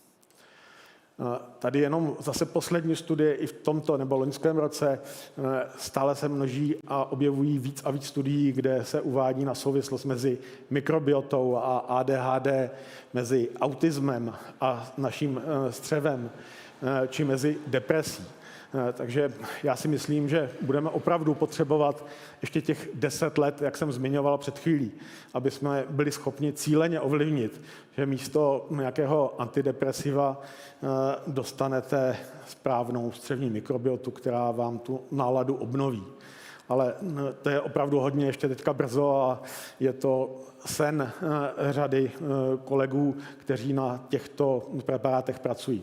Tady jenom zase poslední studie i v tomto nebo loňském roce stále se množí a objevují víc a víc studií, kde se uvádí na souvislost mezi mikrobiotou a A D H D, mezi autismem a naším střevem, či mezi depresí. Takže já si myslím, že budeme opravdu potřebovat ještě těch deset let, jak jsem zmiňoval před chvílí, aby jsme byli schopni cíleně ovlivnit, že místo nějakého antidepresiva dostanete správnou střevní mikrobiotu, která vám tu náladu obnoví. Ale to je opravdu hodně ještě teďka brzo a je to sen řady kolegů, kteří na těchto preparátech pracují.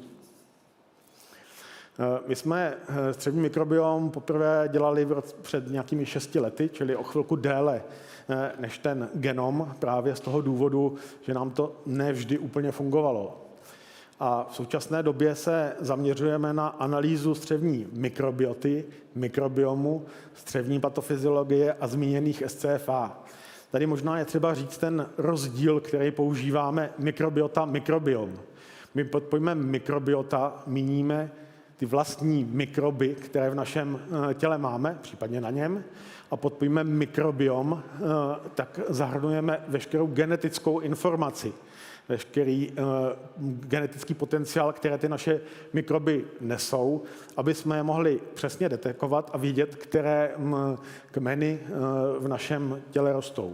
My jsme střevní mikrobiom poprvé dělali před nějakými šesti lety, čili o chvilku déle než ten genom, právě z toho důvodu, že nám to nevždy úplně fungovalo. A v současné době se zaměřujeme na analýzu střevní mikrobioty, mikrobiomu, střevní patofyziologie a zmíněných S C F A. Tady možná je třeba říct ten rozdíl, který používáme mikrobiota, mikrobiom. My pod pojmem mikrobiota míníme ty vlastní mikroby, které v našem těle máme, případně na něm, a pod pojmem mikrobiom tak zahrnujeme veškerou genetickou informaci, veškerý uh, genetický potenciál, které ty naše mikroby nesou, aby jsme je mohli přesně detekovat a vidět, které um, kmeny uh, v našem těle rostou.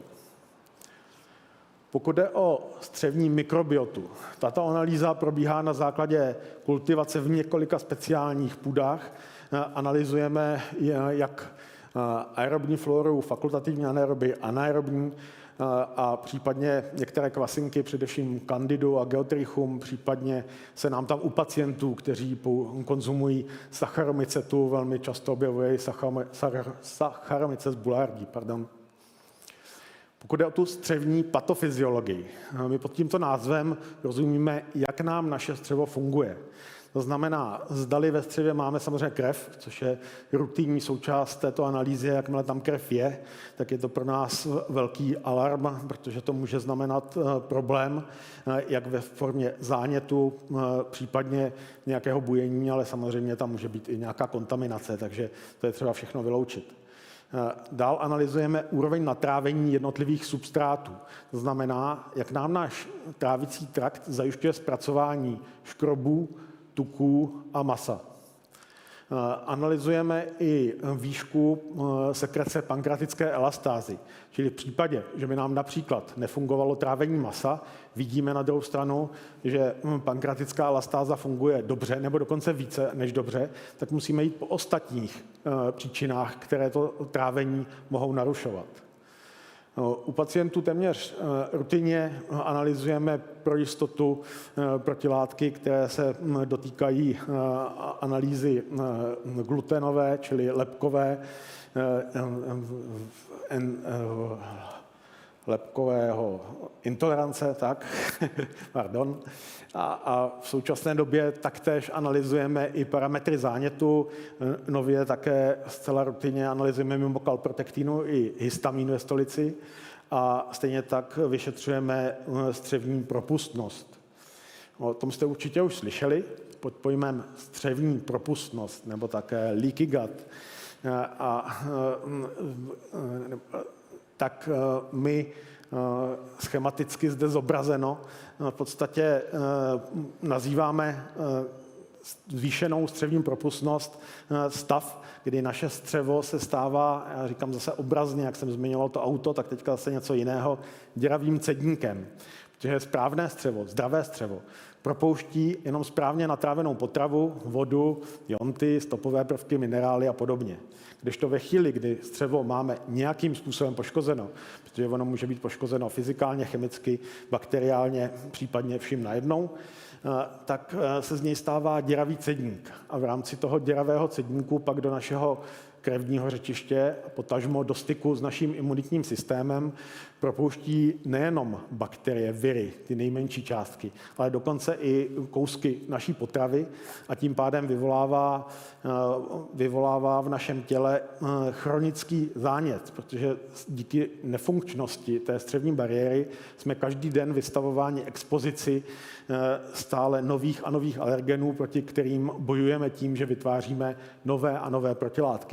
Pokud jde o střevní mikrobiotu, tato analýza probíhá na základě kultivace v několika speciálních půdách. Uh, analyzujeme jak uh, aerobní floru, fakultativní anaeroby, anaerobní, a případně některé kvasinky, především Candidu a Geotrichum, případně se nám tam u pacientů, kteří konzumují Saccharomycetu, velmi často objevuje Saccharomyces boulardii. Pardon. Pokud jde o tu střevní patofyziologii, my pod tímto názvem rozumíme, jak nám naše střevo funguje. To znamená, zdali ve střevě máme samozřejmě krev, což je rutinní součást této analýzy, jakmile tam krev je, tak je to pro nás velký alarm, protože to může znamenat problém, jak ve formě zánětu, případně nějakého bujení, ale samozřejmě tam může být i nějaká kontaminace, takže to je třeba všechno vyloučit. Dál analyzujeme úroveň natrávení jednotlivých substrátů. To znamená, jak nám náš trávicí trakt zajišťuje zpracování škrobů, tuků a masa. Analyzujeme i výšku sekrece pankratické elastázy, čili v případě, že by nám například nefungovalo trávení masa, vidíme na druhou stranu, že pankratická elastáza funguje dobře, nebo dokonce více než dobře, tak musíme jít po ostatních příčinách, které to trávení mohou narušovat. U pacientů téměř rutinně analyzujeme pro jistotu protilátky, které se dotýkají analýzy glutenové, čili lepkové, lepkového intolerance, tak, pardon. A, a v současné době taktéž analyzujeme i parametry zánětu. Nově také zcela rutinně analyzujeme mimo kalprotektínu i histamínu ve stolici. A stejně tak vyšetřujeme střevní propustnost. O tom jste určitě už slyšeli pod pojmem střevní propustnost, nebo také leaky gut. A, a, tak my schematicky zde zobrazeno v podstatě nazýváme zvýšenou střevní propustnost stav, kdy naše střevo se stává, já říkám zase obrazně, jak jsem zmiňoval to auto, tak teďka zase něco jiného, děravým cedníkem. Protože správné střevo, zdravé střevo, propouští jenom správně natrávenou potravu, vodu, jonty, stopové prvky, minerály a podobně. Když to ve chvíli, kdy střevo máme nějakým způsobem poškozeno, protože ono může být poškozeno fyzikálně, chemicky, bakteriálně, případně vším najednou, tak se z něj stává děravý cedník. A v rámci toho děravého cedníku pak do našeho krevního řečiště, potažmo do styku s naším imunitním systémem, propouští nejenom bakterie, viry, ty nejmenší částky, ale dokonce i kousky naší potravy a tím pádem vyvolává, vyvolává v našem těle chronický zánět, protože díky nefunkčnosti té střevní bariéry jsme každý den vystavováni expozici stále nových a nových alergenů, proti kterým bojujeme tím, že vytváříme nové a nové protilátky.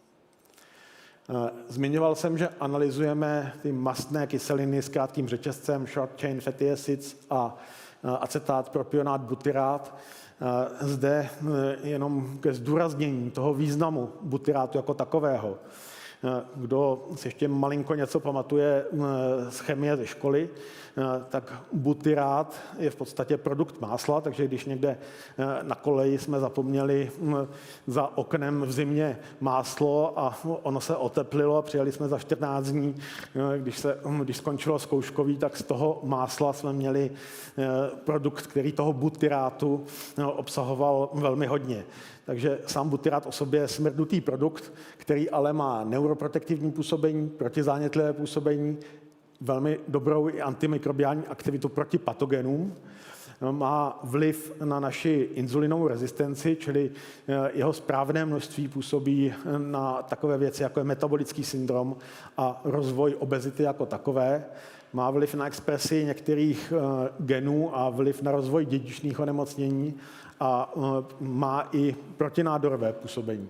Zmiňoval jsem, že analyzujeme ty mastné kyseliny s krátkým řetězcem, short chain fatty acids a acetát, propionát, butyrát. Zde jenom ke zdůraznění toho významu butyrátu jako takového. Kdo si ještě malinko něco pamatuje z chemie ze školy, tak butyrát je v podstatě produkt másla, takže když někde na koleji jsme zapomněli za oknem v zimě máslo a ono se oteplilo a přijeli jsme za čtrnáct dní, když, se, když skončilo zkouškový, tak z toho másla jsme měli produkt, který toho butyrátu obsahoval velmi hodně. Takže sám butyrát o sobě je smrdutý produkt, který ale má neuroprotektivní působení, protizánětlivé působení, velmi dobrou i antimikrobiální aktivitu proti patogenům má vliv na naši inzulinovou rezistenci, čili jeho správné množství působí na takové věci, jako je metabolický syndrom a rozvoj obezity jako takové. Má vliv na expresi některých genů a vliv na rozvoj dědičných onemocnění a má i protinádorové působení.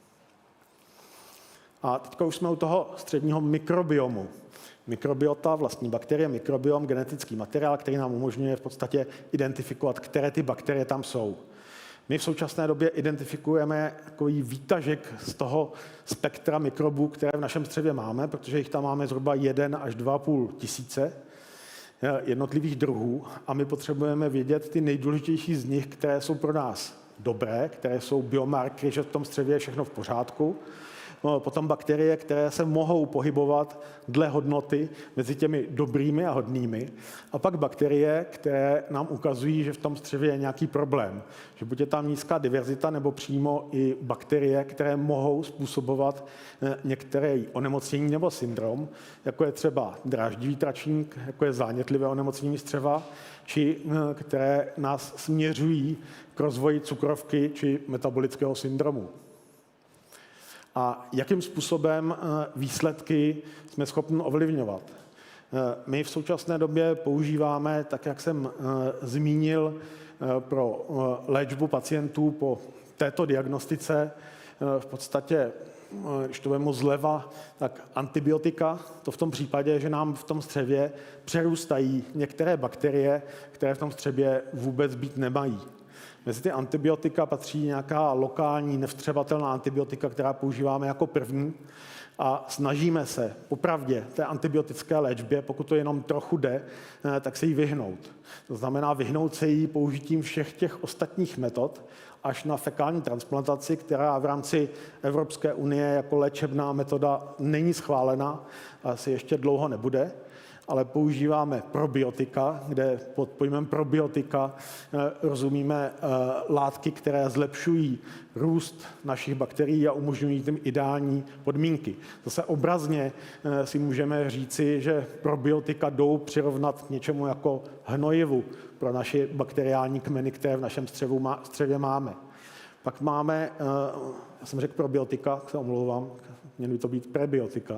A teď už jsme u toho středního mikrobiomu. Mikrobiota, vlastní bakterie, mikrobiom, genetický materiál, který nám umožňuje v podstatě identifikovat, které ty bakterie tam jsou. My v současné době identifikujeme takový výtažek z toho spektra mikrobů, které v našem střevě máme, protože jich tam máme zhruba jeden až dva a půl tisíce jednotlivých druhů a my potřebujeme vědět ty nejdůležitější z nich, které jsou pro nás dobré, které jsou biomarkery, že v tom střevě je všechno v pořádku. Potom bakterie, které se mohou pohybovat dle hodnoty mezi těmi dobrými a hodnými. A pak bakterie, které nám ukazují, že v tom střevě je nějaký problém. Že buď je tam nízká diverzita, nebo přímo i bakterie, které mohou způsobovat některé onemocnění nebo syndrom, jako je třeba dráždivý tračník, jako je zánětlivé onemocnění střeva, či které nás směřují k rozvoji cukrovky či metabolického syndromu. A jakým způsobem výsledky jsme schopni ovlivňovat. My v současné době používáme, tak jak jsem zmínil, pro léčbu pacientů po této diagnostice v podstatě, když to vemu zleva, tak antibiotika, to v tom případě, že nám v tom střevě přerůstají některé bakterie, které v tom střevě vůbec být nemají. Mezi ty antibiotika patří nějaká lokální nevstřebatelná antibiotika, která používáme jako první a snažíme se popravdě té antibiotické léčbě, pokud to jenom trochu jde, tak se jí vyhnout. To znamená vyhnout se jí použitím všech těch ostatních metod až na fekální transplantaci, která v rámci Evropské unie jako léčebná metoda není schválena a asi ještě dlouho nebude. Ale používáme probiotika, kde pod pojmem probiotika rozumíme látky, které zlepšují růst našich bakterií a umožňují tím ideální podmínky. Zase obrazně si můžeme říci, že probiotika jdou přirovnat k něčemu jako hnojivu pro naše bakteriální kmeny, které v našem střevu má, střevě máme. Pak máme, já jsem řekl probiotika, se omlouvám, měly by to být prebiotika.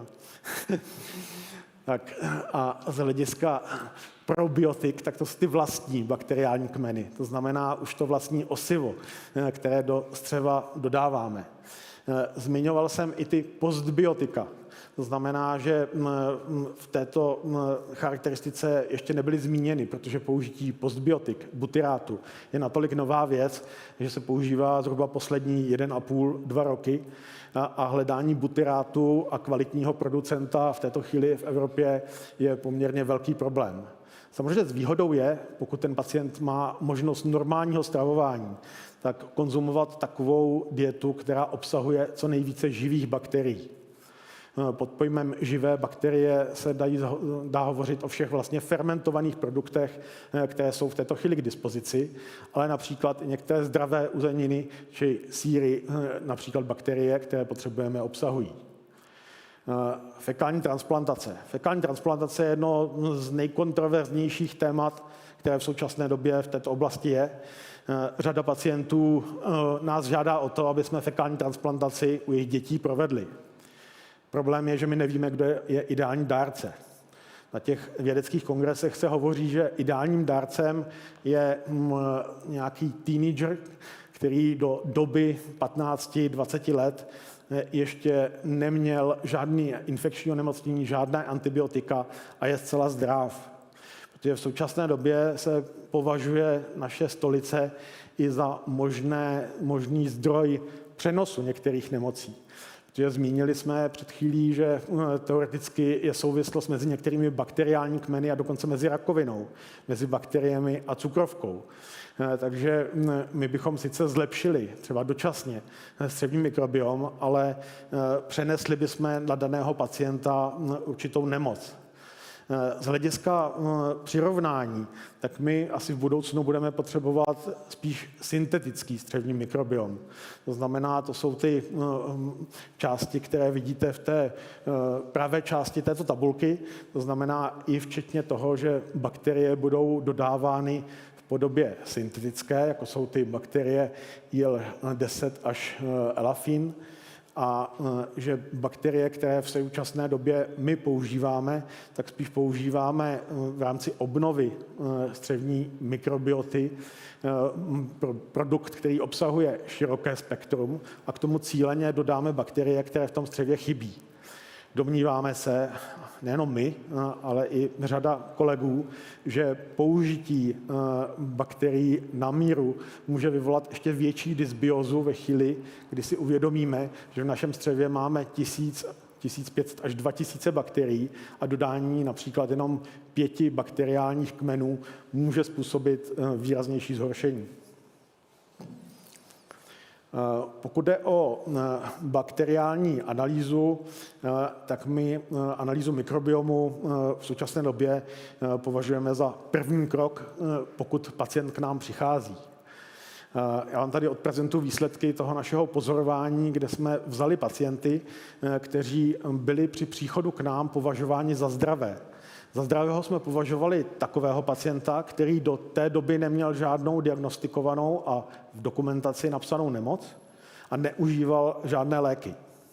Tak a z hlediska probiotik, tak to jsou ty vlastní bakteriální kmeny. To znamená už to vlastní osivo, které do střeva dodáváme. Zmiňoval jsem i ty postbiotika. To znamená, že v této charakteristice ještě nebyly zmíněny, protože použití postbiotik, butyrátu, je natolik nová věc, že se používá zhruba poslední jeden a půl, dva roky a hledání butyrátu a kvalitního producenta v této chvíli v Evropě je poměrně velký problém. Samozřejmě s výhodou je, pokud ten pacient má možnost normálního stravování, tak konzumovat takovou dietu, která obsahuje co nejvíce živých bakterií. Pod pojmem živé bakterie se dají, dá hovořit o všech vlastně fermentovaných produktech, které jsou v této chvíli k dispozici, ale například některé zdravé uzeniny či sýry, například bakterie, které potřebujeme, obsahují. Fekální transplantace. Fekální transplantace je jedno z nejkontroverznějších témat, které v současné době v této oblasti je. Řada pacientů nás žádá o to, aby jsme fekální transplantaci u jejich dětí provedli. Problém je, že my nevíme, kdo je ideální dárce. Na těch vědeckých kongresech se hovoří, že ideálním dárcem je nějaký teenager, který do doby patnáct dvacet let ještě neměl žádný infekční onemocnění, žádné antibiotika a je zcela zdrav. Protože v současné době se považuje naše stolice i za možné, možný zdroj přenosu některých nemocí. Protože zmínili jsme před chvílí, že teoreticky je souvislost mezi některými bakteriální kmeny a dokonce mezi rakovinou, mezi bakteriemi a cukrovkou. Takže my bychom sice zlepšili třeba dočasně střevní mikrobiom, ale přenesli bychom na daného pacienta určitou nemoc. Z hlediska přirovnání, tak my asi v budoucnu budeme potřebovat spíš syntetický střevní mikrobiom. To znamená, to jsou ty části, které vidíte v té pravé části této tabulky. To znamená i včetně toho, že bakterie budou dodávány v podobě syntetické, jako jsou ty bakterie I L deset až elafin, a že bakterie, které v současné době my používáme, tak spíš používáme v rámci obnovy střevní mikrobioty produkt, který obsahuje široké spektrum, a k tomu cíleně dodáme bakterie, které v tom střevě chybí. Domníváme se, nejenom my, ale i řada kolegů, že použití bakterií na míru může vyvolat ještě větší dysbiózu ve chvíli, kdy si uvědomíme, že v našem střevě máme tisíc, tisíc pět set až dva tisíce bakterií a dodání například jenom pěti bakteriálních kmenů může způsobit výraznější zhoršení. Pokud jde o bakteriální analýzu, tak my analýzu mikrobiomu v současné době považujeme za první krok, pokud pacient k nám přichází. Já vám tady odprezentuji výsledky toho našeho pozorování, kde jsme vzali pacienty, kteří byli při příchodu k nám považováni za zdravé. Za zdravého jsme považovali takového pacienta, který do té doby neměl žádnou diagnostikovanou a v dokumentaci napsanou nemoc a neužíval žádné léky.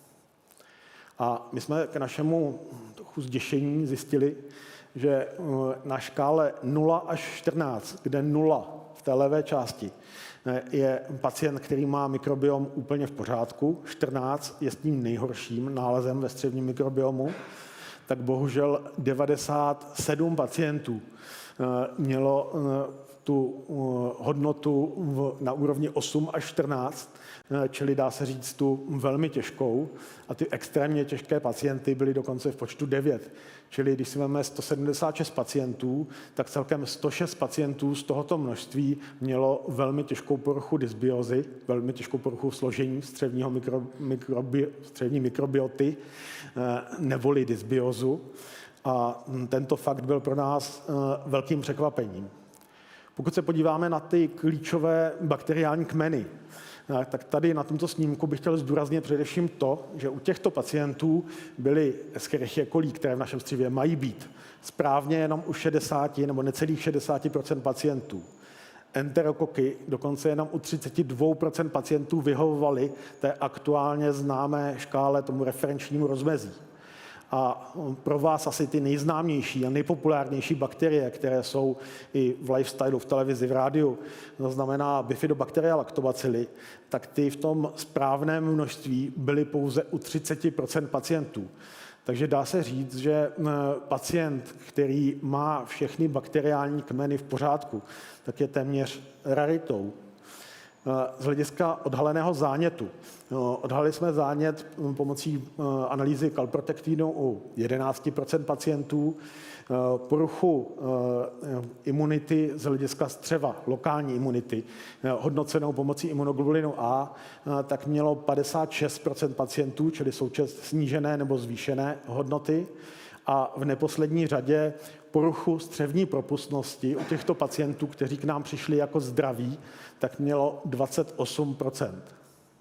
A my jsme k našemu trochu zděšení zjistili, že na škále nula až čtrnáct, kde nula v té levé části je pacient, který má mikrobiom úplně v pořádku, čtrnáct je s tím nejhorším nálezem ve střevním mikrobiomu, tak bohužel devadesát sedm pacientů mělo tu hodnotu na úrovni osm až čtrnáct, čili dá se říct tu velmi těžkou, a ty extrémně těžké pacienty byly dokonce v počtu devět. Čili když si vezmeme sto sedmdesát šest pacientů, tak celkem sto šest pacientů z tohoto množství mělo velmi těžkou poruchu dysbiózy, velmi těžkou poruchu složení střevního mikro, mikrobi, střevní mikrobioty, neboli dysbiózu. A tento fakt byl pro nás velkým překvapením. Pokud se podíváme na ty klíčové bakteriální kmeny, tak tady na tomto snímku bych chtěl zdůraznit především to, že u těchto pacientů byly Escherichia coli, které v našem střevě mají být, správně jenom u šedesát nebo necelých šedesát procent pacientů. Enterokoky dokonce jenom u třicet dva procent pacientů vyhovovaly té aktuálně známé škále, tomu referenčnímu rozmezí. A pro vás asi ty nejznámější a nejpopulárnější bakterie, které jsou i v lifestylu, v televizi, v rádiu, to znamená Bifidobacteria lactobacilli, tak ty v tom správném množství byly pouze u třicet procent pacientů. Takže dá se říct, že pacient, který má všechny bakteriální kmeny v pořádku, tak je téměř raritou. Z hlediska odhaleného zánětu. Odhalili jsme zánět pomocí analýzy kalprotektinu u jedenáct procent pacientů, poruchu imunity z hlediska střeva, lokální imunity, hodnocenou pomocí imunoglobulinu A, tak mělo padesát šest procent pacientů, čili součet snížené nebo zvýšené hodnoty. A v neposlední řadě poruchu střevní propustnosti u těchto pacientů, kteří k nám přišli jako zdraví, tak mělo dvacet osm procent.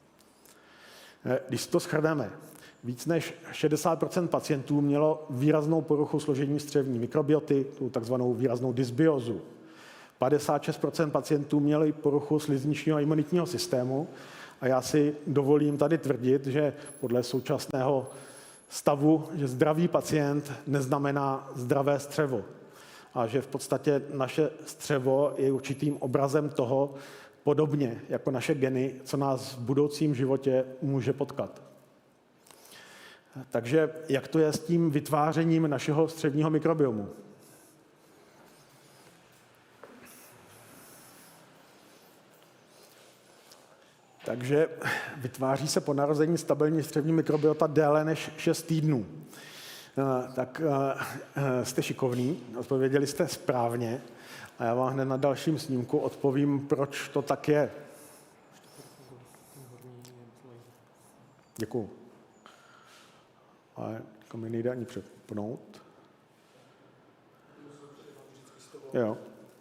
Když to shrneme, víc než šedesát procent pacientů mělo výraznou poruchu složení střevní mikrobioty, tu takzvanou výraznou dysbiózu. padesát šest procent pacientů měli poruchu slizničního a imunitního systému a já si dovolím tady tvrdit, že podle současného stavu, že zdravý pacient neznamená zdravé střevo a že v podstatě naše střevo je určitým obrazem toho, podobně jako naše geny, co nás v budoucím životě může potkat. Takže jak to je s tím vytvářením našeho střevního mikrobiomu? Takže vytváří se po narození stabilní střevní mikrobiota déle než šest týdnů. Tak jste šikovní, odpověděli jste správně a já vám hned na dalším snímku odpovím, proč to tak je. Děkuju. Ale mi nejde ani přepnout. Jo.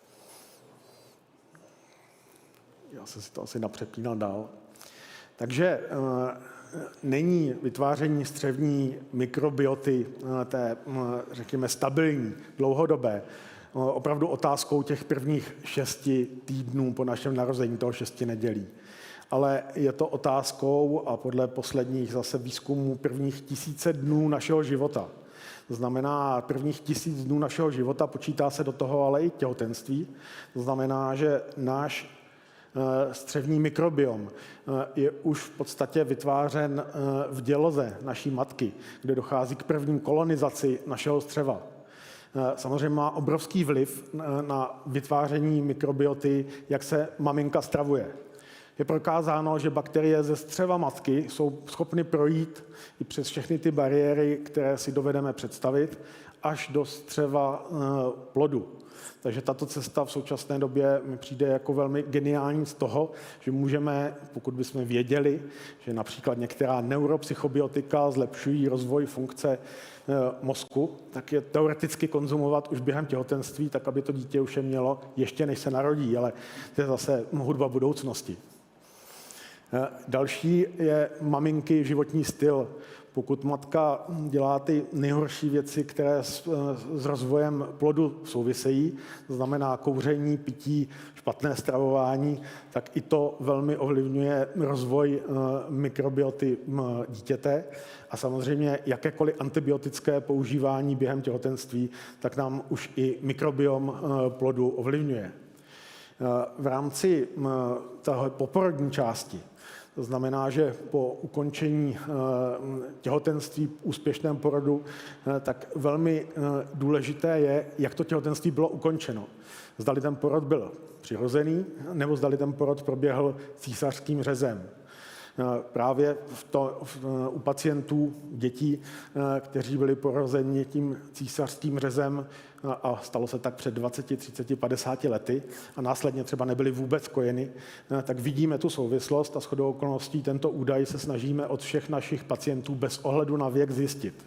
Já jsem si to asi napřepínal dál. Takže e, není vytváření střevní mikrobioty té, řekněme, stabilní, dlouhodobé, opravdu otázkou těch prvních šesti týdnů po našem narození, toho šesti nedělí. Ale je to otázkou a podle posledních zase výzkumů prvních tisíce dnů našeho života. To znamená, prvních tisíc dnů našeho života počítá se do toho ale i těhotenství. To znamená, že náš střevní mikrobiom je už v podstatě vytvářen v děloze naší matky, kde dochází k první kolonizaci našeho střeva. Samozřejmě má obrovský vliv na vytváření mikrobioty, jak se maminka stravuje. Je prokázáno, že bakterie ze střeva matky jsou schopny projít i přes všechny ty bariéry, které si dovedeme představit, až do střeva plodu. Takže tato cesta v současné době mi přijde jako velmi geniální z toho, že můžeme, pokud bychom věděli, že například některá neuropsychobiotika zlepšují rozvoj funkce mozku, tak je teoreticky konzumovat už během těhotenství, tak aby to dítě už je mělo ještě než se narodí, ale to je zase hudba budoucnosti. Další je maminky životní styl. Pokud matka dělá ty nejhorší věci, které s, s rozvojem plodu souvisejí, to znamená kouření, pití, špatné stravování, tak i to velmi ovlivňuje rozvoj mikrobioty dítěte. A samozřejmě jakékoliv antibiotické používání během těhotenství, tak nám už i mikrobiom plodu ovlivňuje. V rámci té poporodní části, to znamená, že po ukončení těhotenství, úspěšném porodu, tak velmi důležité je, jak to těhotenství bylo ukončeno. Zdali ten porod byl přirozený, nebo zdali ten porod proběhl císařským řezem. Právě v to, v, u pacientů, dětí, kteří byli porozeni tím císařským řezem a stalo se tak před dvaceti, třiceti, padesáti lety a následně třeba nebyly vůbec kojeny, tak vidíme tu souvislost a shodou okolností tento údaj se snažíme od všech našich pacientů bez ohledu na věk zjistit.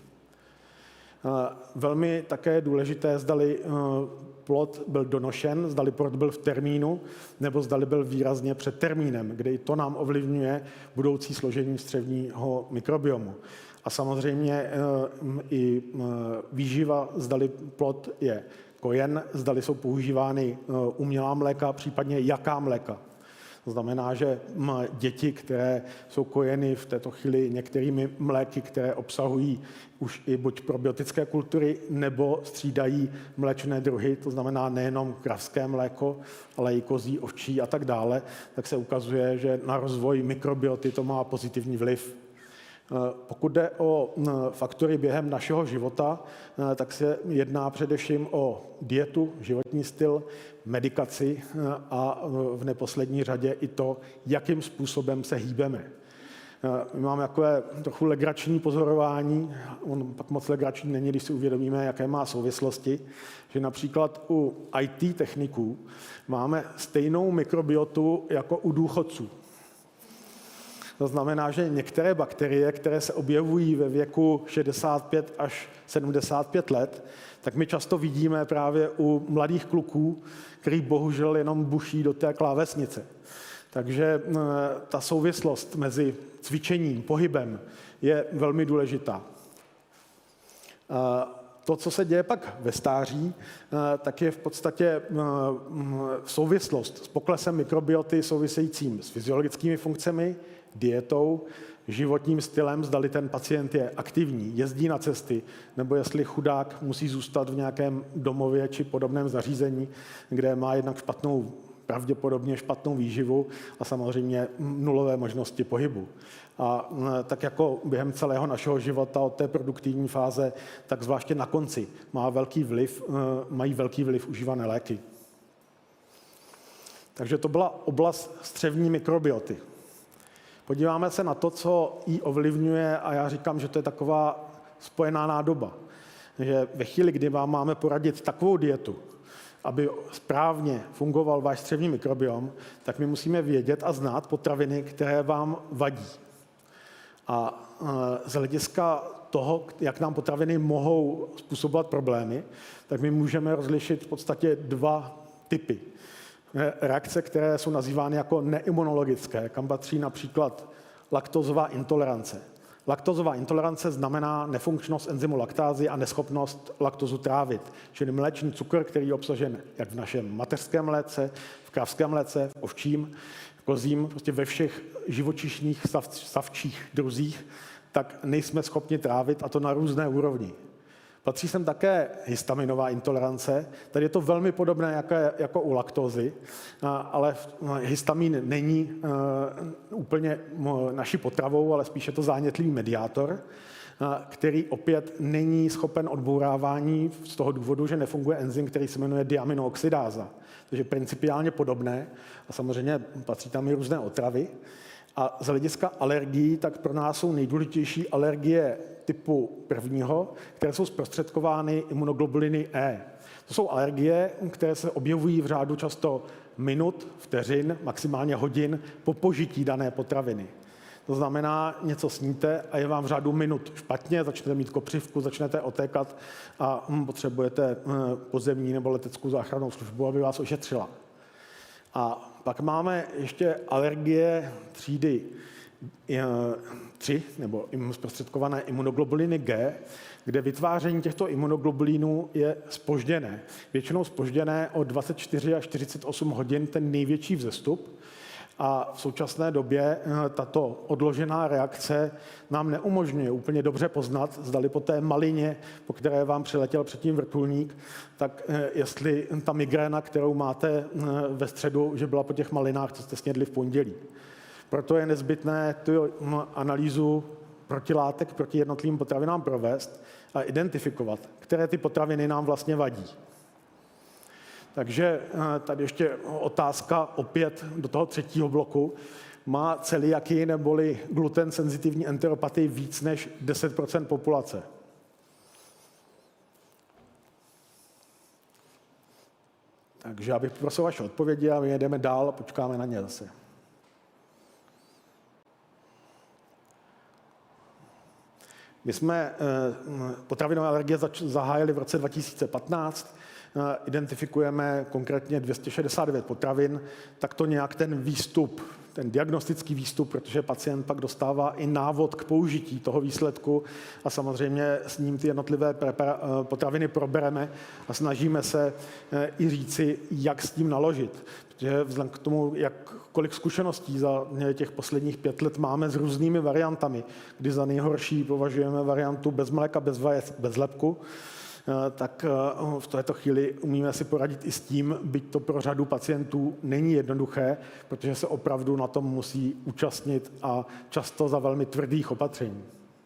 Velmi také důležité, zdali plod byl donošen, zdali porod byl v termínu, nebo zdali byl výrazně před termínem, kde i to nám ovlivňuje budoucí složení střevního mikrobiomu. A samozřejmě i výživa, zdali plod je kojen, zdali jsou používány umělá mléka, případně jaká mléka. To znamená, že děti, které jsou kojeny v této chvíli některými mléky, které obsahují už i buď probiotické kultury, nebo střídají mléčné druhy, to znamená nejenom kravské mléko, ale i kozí, ovčí a tak dále, tak se ukazuje, že na rozvoj mikrobioty to má pozitivní vliv. Pokud jde o faktory během našeho života, tak se jedná především o dietu, životní styl, medikaci a v neposlední řadě i to, jakým způsobem se hýbeme. My máme takové trochu legrační pozorování, on pak moc legrační není, když si uvědomíme, jaké má souvislosti, že například u í té techniků máme stejnou mikrobiotu jako u důchodců. To znamená, že některé bakterie, které se objevují ve věku šedesát pět až sedmdesát pět let, tak my často vidíme právě u mladých kluků, který bohužel jenom buší do té klávesnice. Takže ta souvislost mezi cvičením, pohybem je velmi důležitá. To, co se děje pak ve stáří, tak je v podstatě souvislost s poklesem mikrobioty souvisejícím s fyziologickými funkcemi, dietou, životním stylem, zdali ten pacient je aktivní, jezdí na cesty, nebo jestli chudák musí zůstat v nějakém domově či podobném zařízení, kde má jednak špatnou, pravděpodobně špatnou výživu a samozřejmě nulové možnosti pohybu. A tak jako během celého našeho života od té produktivní fáze, tak zvláště na konci má velký vliv, mají velký vliv užívané léky. Takže to byla oblast střevní mikrobioty. Podíváme se na to, co ji ovlivňuje, a já říkám, že to je taková spojená nádoba. Že ve chvíli, kdy vám máme poradit takovou dietu, aby správně fungoval váš střevní mikrobiom, tak my musíme vědět a znát potraviny, které vám vadí. A z hlediska toho, jak nám potraviny mohou způsobovat problémy, tak my můžeme rozlišit v podstatě dva typy. Reakce, které jsou nazývány jako neimunologické, kam patří například laktozová intolerance. Laktozová intolerance znamená nefunkčnost enzymu laktázy a neschopnost laktozu trávit, čili mléčný cukr, který je obsažen jak v našem mateřském mléce, v kravském mléce, v ovčím, kozím, prostě ve všech živočišných sav, savčích druzích, tak nejsme schopni trávit, a to na různé úrovni. Patří sem také histaminová intolerance. Tady je to velmi podobné jako, jako u laktózy, ale histamin není úplně naší potravou, ale spíše to zánětlivý mediátor, který opět není schopen odbourávání z toho důvodu, že nefunguje enzym, který se jmenuje diaminooxidáza. Takže principiálně podobné a samozřejmě patří tam i různé otravy. A z hlediska alergií, tak pro nás jsou nejdůležitější alergie typu prvního, které jsou zprostředkovány imunoglobuliny E. To jsou alergie, které se objevují v řádu často minut, vteřin, maximálně hodin po požití dané potraviny. To znamená, něco sníte a je vám v řádu minut špatně, začnete mít kopřivku, začnete otékat a hm, potřebujete hm, pozemní nebo leteckou záchrannou službu, aby vás ošetřila. A pak máme ještě alergie třídy tři, nebo zprostředkované imunoglobuliny G, kde vytváření těchto imunoglobulinů je zpožděné. Většinou zpožděné o dvacet čtyři až čtyřicet osm hodin ten největší vzestup. A v současné době tato odložená reakce nám neumožňuje úplně dobře poznat, zdali po té malině, po které vám přiletěl předtím vrtulník, tak jestli ta migréna, kterou máte ve středu, že byla po těch malinách, co jste snědli v pondělí. Proto je nezbytné tu analýzu protilátek proti jednotlivým potravinám provést a identifikovat, které ty potraviny nám vlastně vadí. Takže tady ještě otázka opět do toho třetího bloku. Má celiakii neboli gluten senzitivní enteropatii víc než deset procent populace? Takže já bych poprosil vaše odpovědi a my jedeme dál a počkáme na ně zase. My jsme potravinové alergie zahájili v roce dva tisíce patnáct. Identifikujeme konkrétně dvě stě šedesát devět potravin, tak to nějak ten výstup, ten diagnostický výstup, protože pacient pak dostává i návod k použití toho výsledku a samozřejmě s ním ty jednotlivé potraviny probereme a snažíme se i říci, jak s tím naložit. Protože vzhledem k tomu, jak kolik zkušeností za těch posledních pět let máme s různými variantami, kdy za nejhorší považujeme variantu bez mléka, bez vajec, bez lepku, tak v této chvíli umíme si poradit i s tím, byť to pro řadu pacientů není jednoduché, protože se opravdu na tom musí účastnit a často za velmi tvrdých opatření.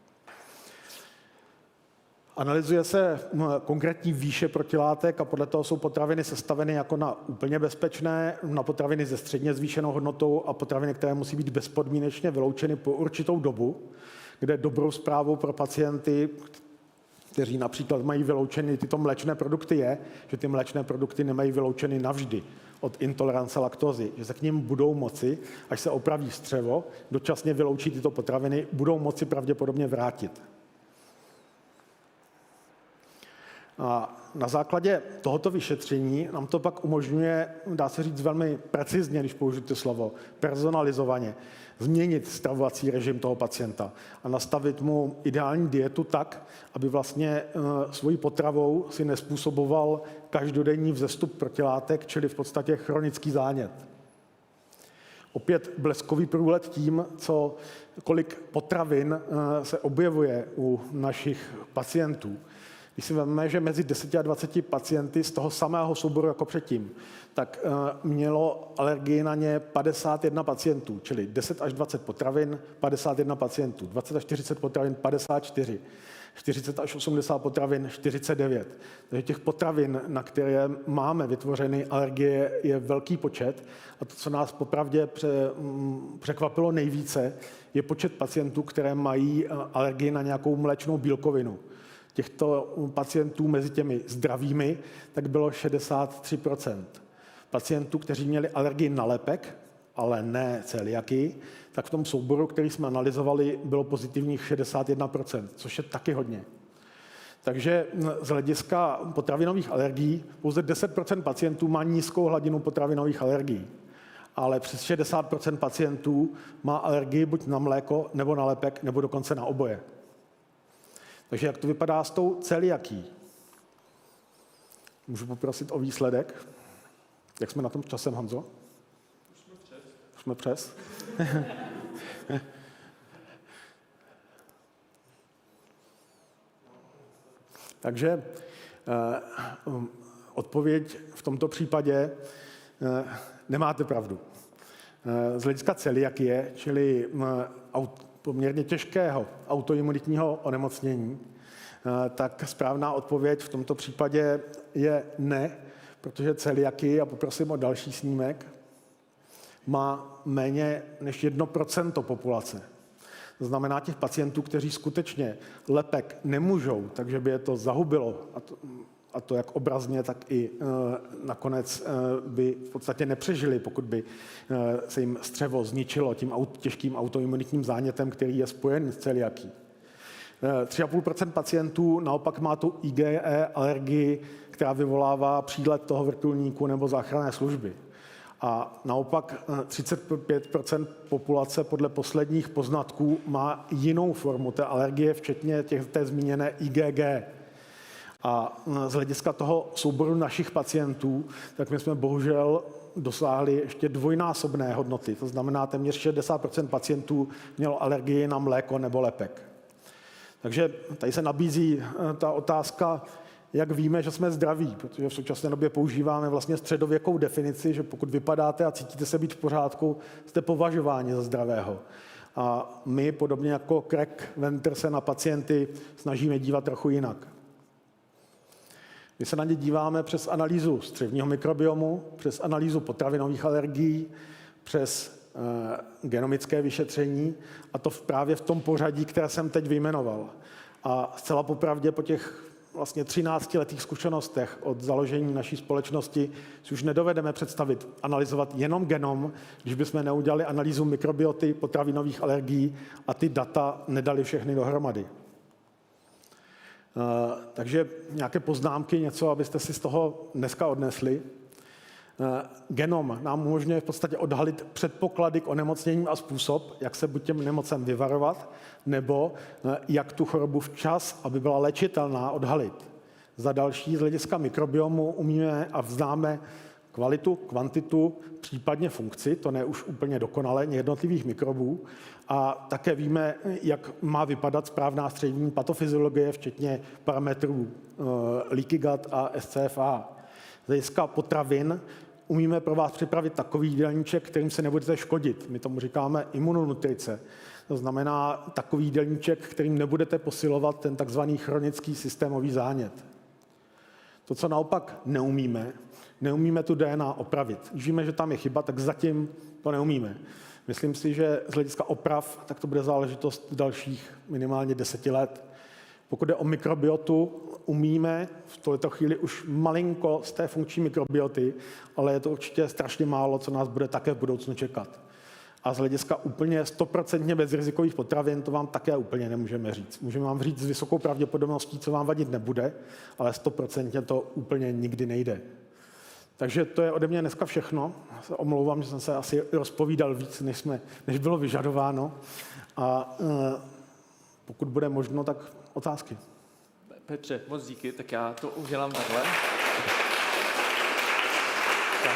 Analyzuje se konkrétní výše protilátek a podle toho jsou potraviny sestaveny jako na úplně bezpečné, na potraviny se středně zvýšenou hodnotou a potraviny, které musí být bezpodmínečně vyloučeny po určitou dobu, kde dobrou zprávou pro pacienty, kteří například mají vyloučeny tyto mléčné produkty, je, že ty mléčné produkty nemají vyloučeny navždy od intolerance laktózy, že se k nim budou moci, až se opraví střevo, dočasně vyloučí tyto potraviny, budou moci pravděpodobně vrátit. A na základě tohoto vyšetření nám to pak umožňuje, dá se říct velmi precizně, když použiju to slovo, personalizovaně, změnit stravovací režim toho pacienta a nastavit mu ideální dietu tak, aby vlastně svojí potravou si nezpůsoboval každodenní vzestup protilátek, čili v podstatě chronický zánět. Opět bleskový průlet tím, co, kolik potravin se objevuje u našich pacientů. Když si vezmeme, že mezi deseti a dvaceti pacienty z toho samého souboru jako předtím, tak mělo alergii na ně padesát jedna pacientů, čili deset až dvacet potravin, padesát jedna pacientů, dvacet až čtyřicet potravin, padesát čtyři, čtyřicet až osmdesát potravin, čtyřicet devět. Takže těch potravin, na které máme vytvořeny alergie, je velký počet. A to, co nás popravdě překvapilo nejvíce, je počet pacientů, které mají alergii na nějakou mléčnou bílkovinu. Těchto pacientů mezi těmi zdravými tak bylo šedesát tři procent. Pacientů, kteří měli alergii na lepek, ale ne celiakii, tak v tom souboru, který jsme analyzovali, bylo pozitivních šedesát jedna procent, což je taky hodně. Takže z hlediska potravinových alergií pouze deset procent pacientů má nízkou hladinu potravinových alergií. ale přes šedesát procent pacientů má alergii buď na mléko, nebo na lepek, nebo dokonce na oboje. Takže jak to vypadá s tou celiakií? Můžu poprosit o výsledek? Jak jsme na tom časem, Honzo? Už jsme přes. Už jsme přes? Takže eh, um, odpověď v tomto případě eh, nemáte pravdu. Eh, z hlediska celiakie, čili eh, aut, poměrně těžkého autoimunitního onemocnění, eh, tak správná odpověď v tomto případě je ne, protože celiakie, a poprosím o další snímek, má méně než jedno procento populace. To znamená těch pacientů, kteří skutečně lepek nemůžou, takže by je to zahubilo, a to, a to jak obrazně, tak i e, nakonec e, by v podstatě nepřežili, pokud by e, se jim střevo zničilo tím aut, těžkým autoimunitním zánětem, který je spojen s celiakií. E, tři a půl procenta pacientů naopak má tu I G E alergii, která vyvolává přílet toho vrtulníku nebo záchranné služby. A naopak třicet pět procent populace podle posledních poznatků má jinou formu té alergie, včetně těch, té zmíněné I G G. A z hlediska toho souboru našich pacientů, tak my jsme bohužel dosáhli ještě dvojnásobné hodnoty. To znamená, téměř šedesát procent pacientů mělo alergii na mléko nebo lepek. Takže tady se nabízí ta otázka, jak víme, že jsme zdraví, protože v současné době používáme vlastně středověkou definici, že pokud vypadáte a cítíte se být v pořádku, jste považováni za zdravého. A my, podobně jako Craig Venter, se na pacienty snažíme dívat trochu jinak. My se na ně díváme přes analýzu střevního mikrobiomu, přes analýzu potravinových alergií, přes e, genomické vyšetření, a to v, právě v tom pořadí, které jsem teď vyjmenoval. A zcela popravdě po těch vlastně třináctiletých zkušenostech od založení naší společnosti si už nedovedeme představit analyzovat jenom genom, když bychom neudělali analýzu mikrobioty, potravinových alergií a ty data nedali všechny dohromady. Uh, takže nějaké poznámky, něco, abyste si z toho dneska odnesli. Uh, genom nám umožňuje v podstatě odhalit předpoklady k onemocněním a způsob, jak se buď těm nemocem vyvarovat, nebo uh, jak tu chorobu včas, aby byla léčitelná, odhalit. Za další, z hlediska mikrobiomu umíme a vznáme kvalitu, kvantitu, případně funkci, to ne už úplně dokonale, jednotlivých mikrobů. A také víme, jak má vypadat správná střevní patofyziologie, včetně parametrů uh, leaky gut a S C F A. Z hlediska potravin umíme pro vás připravit takový jídelníček, kterým se nebudete škodit. My tomu říkáme imunonutrice. To znamená takový jídelníček, kterým nebudete posilovat ten takzvaný chronický systémový zánět. To, co naopak neumíme, neumíme tu D N A opravit. Když víme, že tam je chyba, tak zatím to neumíme. Myslím si, že z hlediska oprav, tak to bude záležitost dalších minimálně deseti let. Pokud jde o mikrobiotu, umíme v této chvíli už malinko z té funkční mikrobioty, ale je to určitě strašně málo, co nás bude také v budoucnu čekat. A z hlediska úplně stoprocentně bezrizikových potravin to vám také úplně nemůžeme říct. Můžeme vám říct s vysokou pravděpodobností, co vám vadit nebude, ale stoprocentně to úplně nikdy nejde. Takže to je ode mě dneska všechno. Se omlouvám, že jsem se asi rozpovídal víc, než, jsme, než bylo vyžadováno. A e, pokud bude možno, tak otázky. Petře, moc díky, tak já to udělám takhle. Tak.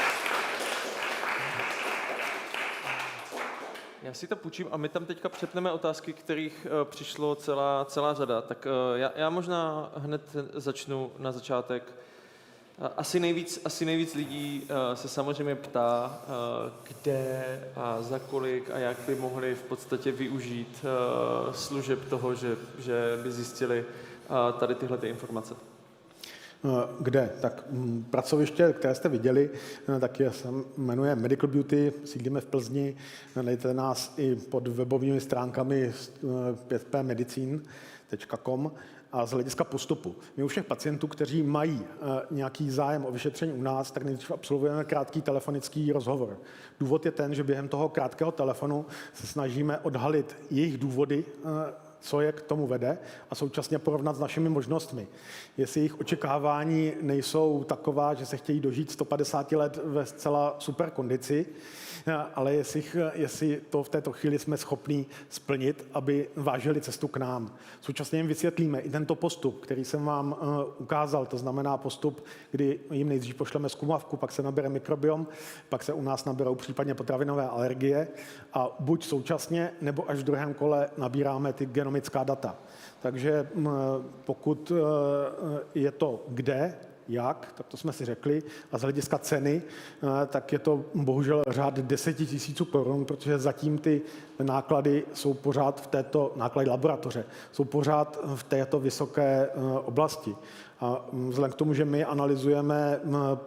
Já si to půjčím a my tam teďka přepneme otázky, kterých uh, přišlo celá, celá řada. Tak uh, já, já možná hned začnu na začátek. Uh, asi, nejvíc, asi nejvíc lidí uh, se samozřejmě ptá, uh, kde a za kolik a jak by mohli v podstatě využít uh, služeb toho, že, že by zjistili uh, tady tyhle ty informace. Kde? Tak pracoviště, které jste viděli, tak je, se jmenuje Medical Beauty, sídlíme v Plzni, najdete nás i pod webovými stránkami pět P medicine tečka com. A z hlediska postupu. My u všech pacientů, kteří mají nějaký zájem o vyšetření u nás, tak nejdřív absolvujeme krátký telefonický rozhovor. Důvod je ten, že během toho krátkého telefonu se snažíme odhalit jejich důvody co je k tomu vede a současně porovnat s našimi možnostmi. Jestli jejich očekávání nejsou taková, že se chtějí dožít sto padesát let ve zcela super kondici, ale jestli, jestli to v této chvíli jsme schopní splnit, aby vážili cestu k nám. Současně jim vysvětlíme i tento postup, který jsem vám ukázal, to znamená postup, kdy jim nejdřív pošleme zkumavku, pak se nabere mikrobiom, pak se u nás naberou případně potravinové alergie a buď současně, nebo až v druhém kole nabíráme ty genomická data. Takže pokud je to kde, jak, tak to jsme si řekli. A z hlediska ceny, tak je to bohužel řád deseti tisíců korun, protože zatím ty náklady jsou pořád v této, náklady laboratoře, jsou pořád v této vysoké oblasti. A vzhledem k tomu, že my analyzujeme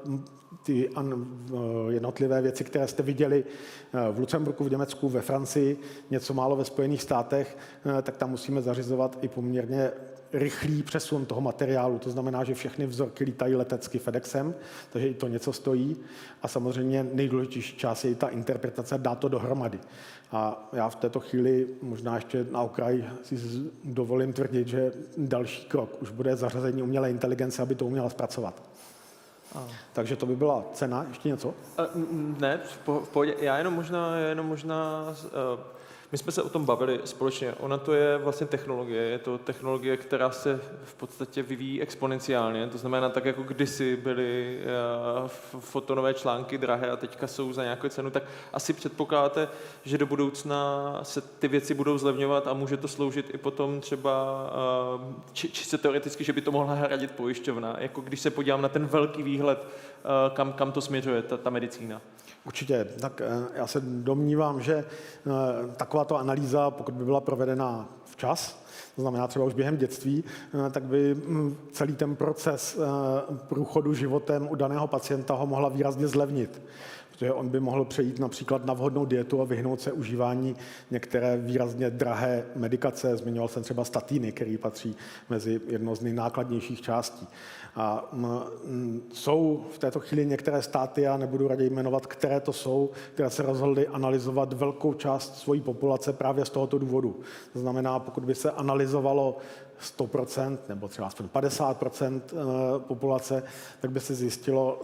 ty jednotlivé věci, které jste viděli v Lucemburku, v Německu, ve Francii, něco málo ve Spojených státech, tak tam musíme zařizovat i poměrně rychlý přesun toho materiálu. To znamená, že všechny vzorky lítají letecky FedExem, takže i to něco stojí. A samozřejmě nejdůležitější část je i ta interpretace, dá to dohromady. A já v této chvíli možná ještě na okraj si dovolím tvrdit, že další krok už bude zařazení umělé inteligence, aby to uměla zpracovat. A. Takže to by byla cena. Ještě něco? A, ne, v pohodě. Já jenom možná, jenom možná uh... My jsme se o tom bavili společně. Ona to je vlastně technologie. Je to technologie, která se v podstatě vyvíjí exponenciálně. To znamená, tak jako kdysi byly fotonové články drahé a teďka jsou za nějakou cenu, tak asi předpokládáte, že do budoucna se ty věci budou zlevňovat a může to sloužit i potom třeba, či, či se teoreticky, že by to mohla hradit pojišťovna. Jako když se podívám na ten velký výhled, kam, kam to směřuje, ta, ta medicína. Určitě. Tak já se domnívám, že takováto analýza, pokud by byla provedena včas, to znamená třeba už během dětství, tak by celý ten proces průchodu životem u daného pacienta ho mohla výrazně zlevnit. Protože on by mohl přejít například na vhodnou dietu a vyhnout se užívání některé výrazně drahé medikace. Zmiňoval jsem třeba statiny, který patří mezi jedno z nejnákladnějších částí. A m, jsou v této chvíli některé státy, já nebudu raději jmenovat, které to jsou, které se rozhodly analyzovat velkou část svojí populace právě z tohoto důvodu. To znamená, pokud by se analyzovalo sto procent nebo třeba aspoň padesát procent populace, tak by se zjistilo,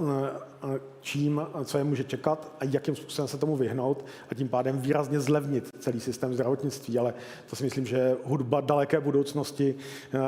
čím, co je může čekat a jakým způsobem se tomu vyhnout a tím pádem výrazně zlevnit celý systém zdravotnictví. Ale to si myslím, že je hudba daleké budoucnosti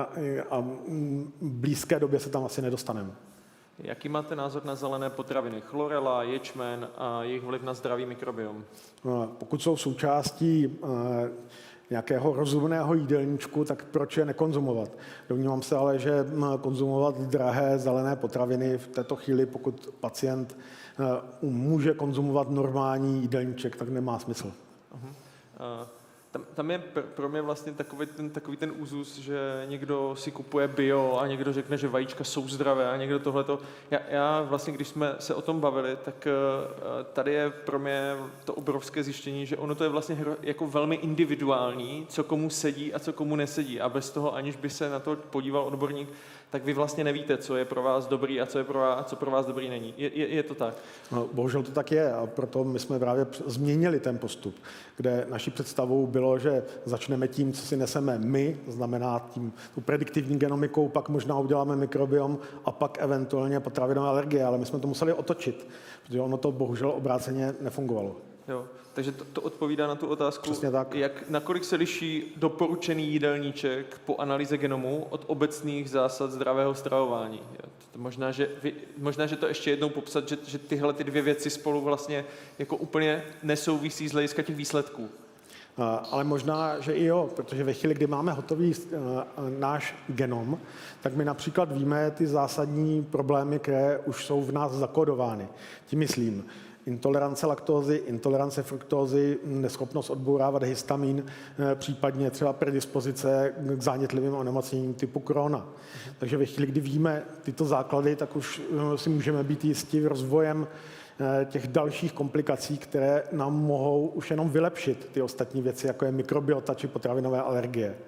a blízké době se tam asi nedostaneme. Jaký máte názor na zelené potraviny? Chlorela, ječmen a jejich vliv na zdravý mikrobiom? Pokud jsou součástí nějakého rozumného jídelníčku, tak proč je nekonzumovat? Domnívám se ale, že konzumovat drahé zelené potraviny v této chvíli, pokud pacient může konzumovat normální jídelníček, tak nemá smysl. Uh-huh. Uh, tam, tam je pro mě vlastně takový ten, takový ten úzus, že někdo si kupuje bio a někdo řekne, že vajíčka jsou zdravé a někdo tohleto. Já, já vlastně, když jsme se o tom bavili, tak uh, tady je pro mě to obrovské zjištění, že ono to je vlastně hro, jako velmi individuální, co komu sedí a co komu nesedí. A bez toho, aniž by se na to podíval odborník, tak vy vlastně nevíte, co je pro vás dobrý a co je pro vás, co pro vás dobrý není. Je, je, je to tak? No, bohužel to tak je a proto my jsme právě změnili ten postup, kde naší představou bylo, že začneme tím, co si neseme my, to znamená tím tu prediktivní genomikou, pak možná uděláme mikrobiom a pak eventuálně potravinové alergie, ale my jsme to museli otočit, protože ono to bohužel obráceně nefungovalo. Jo, takže to, to odpovídá na tu otázku, jak, nakolik se liší doporučený jídelníček po analýze genomu od obecných zásad zdravého stravování. Jo, to možná, že vy, možná, že to ještě jednou popsat, že, že tyhle ty dvě věci spolu vlastně jako úplně nesouvisí z hlediska těch výsledků. Ale možná, že i jo, protože ve chvíli, kdy máme hotový uh, náš genom, tak my například víme ty zásadní problémy, které už jsou v nás zakódovány. Tím myslím, intolerance laktózy, intolerance fruktózy, neschopnost odbourávat histamin, případně třeba predispozice k zánětlivým onemocněním typu Crohna. Takže ve chvíli, kdy víme tyto základy, tak už si můžeme být jistí rozvojem těch dalších komplikací, které nám mohou už jenom vylepšit ty ostatní věci, jako je mikrobiota či potravinové alergie.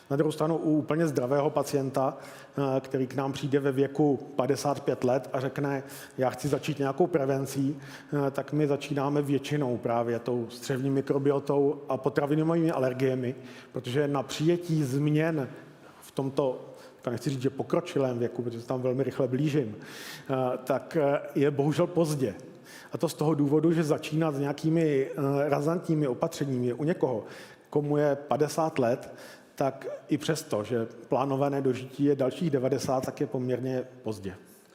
Na druhou stranu u úplně zdravého pacienta, který k nám přijde ve věku padesát pět let a řekne, já chci začít nějakou prevencí, tak my začínáme většinou právě tou střevní mikrobiotou a potravinovými alergiemi, protože na přijetí změn v tomto, to nechci říct, že pokročilém věku, protože se tam velmi rychle blížím, tak je bohužel pozdě. A to z toho důvodu, že začínat s nějakými razantními opatřeními je u někoho, komu je padesát let, tak i přesto, že plánované dožití je dalších devadesát, tak je poměrně pozdě.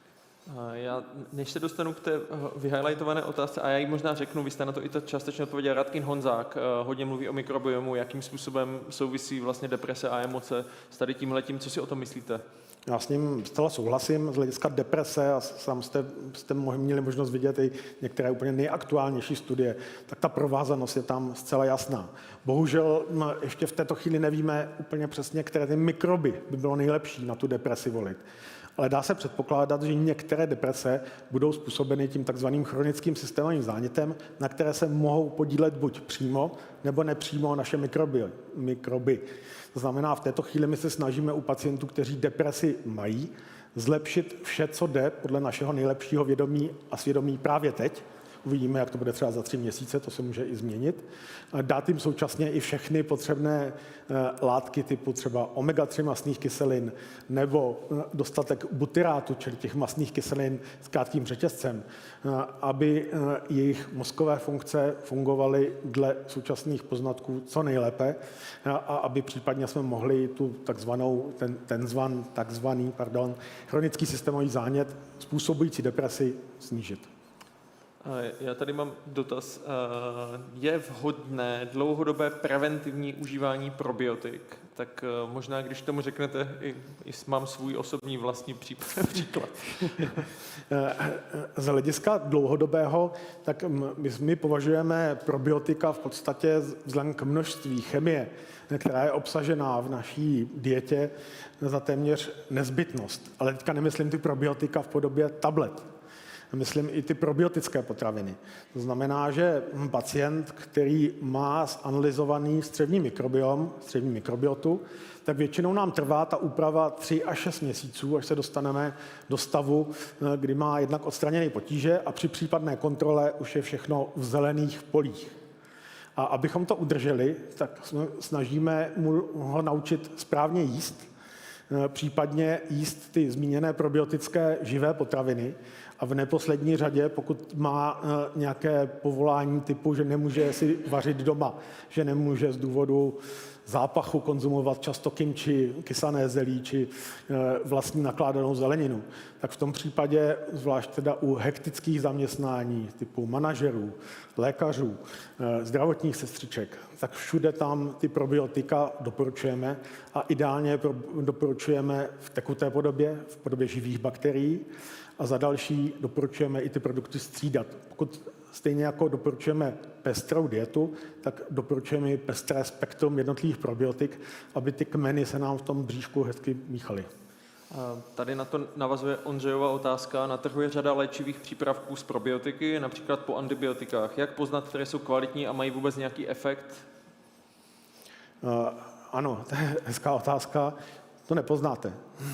Já, než se dostanu k té vyhighlightované otázce, a já ji možná řeknu, vy jste na to i to částečně odpověděl, Radkin Honzák hodně mluví o mikrobiomu, jakým způsobem souvisí vlastně deprese a emoce s tady tímhletím, co si o tom myslíte? Já s ním zcela souhlasím z hlediska deprese a sám jste, jste měli možnost vidět i některé úplně nejaktuálnější studie, tak ta provázanost je tam zcela jasná. Bohužel ještě v této chvíli nevíme úplně přesně, které ty mikroby by bylo nejlepší na tu depresi volit. Ale dá se předpokládat, že některé deprese budou způsobeny tím takzvaným chronickým systémovým zánětem, na které se mohou podílet buď přímo nebo nepřímo naše mikroby. mikroby. To znamená, v této chvíli my se snažíme u pacientů, kteří depresi mají, zlepšit vše, co jde podle našeho nejlepšího vědomí a svědomí právě teď. Uvidíme, jak to bude třeba za tři měsíce, to se může i změnit. Dát jim současně i všechny potřebné látky typu třeba omega tři mastných kyselin nebo dostatek butyrátu, čili těch mastných kyselin s krátkým řetězcem, aby jejich mozkové funkce fungovaly dle současných poznatků co nejlépe a aby případně jsme mohli tu takzvanou, ten, ten zvan, takzvaný pardon, chronický systémový zánět způsobující depresi snížit. Já tady mám dotaz. Je vhodné dlouhodobé preventivní užívání probiotik? Tak možná, když tomu řeknete, i, i mám svůj osobní vlastní příklad. Z hlediska dlouhodobého, tak my, my považujeme probiotika v podstatě vzhledem k množství chemie, která je obsažená v naší dietě, za téměř nezbytnost. Ale teďka nemyslím ty probiotika v podobě tablet. Myslím i ty probiotické potraviny. To znamená, že pacient, který má zanalyzovaný střevní mikrobiom, střevní mikrobiotu, tak většinou nám trvá ta úprava tři až šest měsíců, až se dostaneme do stavu, kdy má jednak odstraněný potíže a při případné kontrole už je všechno v zelených polích. A abychom to udrželi, tak snažíme mu ho naučit správně jíst, případně jíst ty zmíněné probiotické živé potraviny a v neposlední řadě, pokud má nějaké povolání typu, že nemůže si vařit doma, že nemůže z důvodu zápachu konzumovat často kimči, kysané zelí či vlastní nakládanou zeleninu, tak v tom případě, zvlášť teda u hektických zaměstnání typu manažerů, lékařů, zdravotních sestřiček, tak všude tam ty probiotika doporučujeme a ideálně doporučujeme v tekuté podobě, v podobě živých bakterií a za další doporučujeme i ty produkty střídat. Pokud stejně jako doporučujeme pestrou dietu, tak doporučujeme i pestré spektrum jednotlivých probiotik, aby ty kmeny se nám v tom bříšku hezky míchaly. Tady na to navazuje Ondřejova otázka. Na trhu je řada léčivých přípravků z probiotiky, například po antibiotikách. Jak poznat, které jsou kvalitní a mají vůbec nějaký efekt? Uh, ano, to je hezká otázka. To nepoznáte.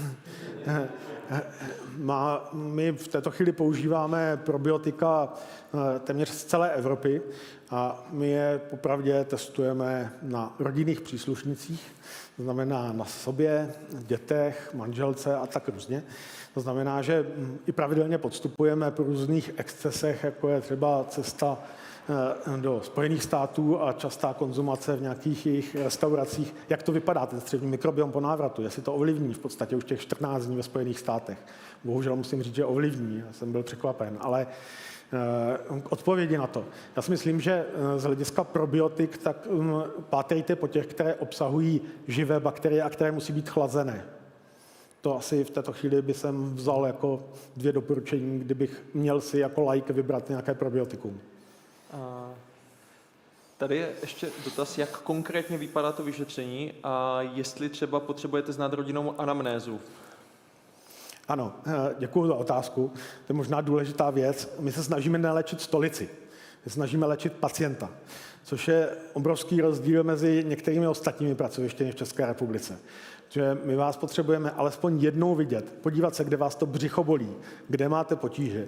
Má, my v této chvíli používáme probiotika téměř z celé Evropy a my je popravdě testujeme na rodinných příslušnicích, to znamená na sobě, dětech, manželce a tak různě. To znamená, že i pravidelně podstupujeme po různých excesech, jako je třeba cesta do Spojených států a častá konzumace v nějakých jejich restauracích. Jak to vypadá, ten střevní mikrobiom po návratu? Jestli to ovlivní v podstatě už těch čtrnáct dní ve Spojených státech. Bohužel musím říct, že ovlivní. Já jsem byl překvapen, ale k odpovědi na to. Já si myslím, že z hlediska probiotik, tak pátrejte po těch, které obsahují živé bakterie a které musí být chlazené. To asi v této chvíli by jsem vzal jako dvě doporučení, kdybych měl si jako laik vybrat nějaké probiotikum. A tady je ještě dotaz, jak konkrétně vypadá to vyšetření a jestli třeba potřebujete znát rodinnou anamnézu. Ano, děkuji za otázku. To je možná důležitá věc. My se snažíme nelečit stolici. My se snažíme léčit pacienta. což je obrovský rozdíl mezi některými ostatními pracovištěmi v České republice. Že my vás potřebujeme alespoň jednou vidět, podívat se, kde vás to břicho bolí, kde máte potíže,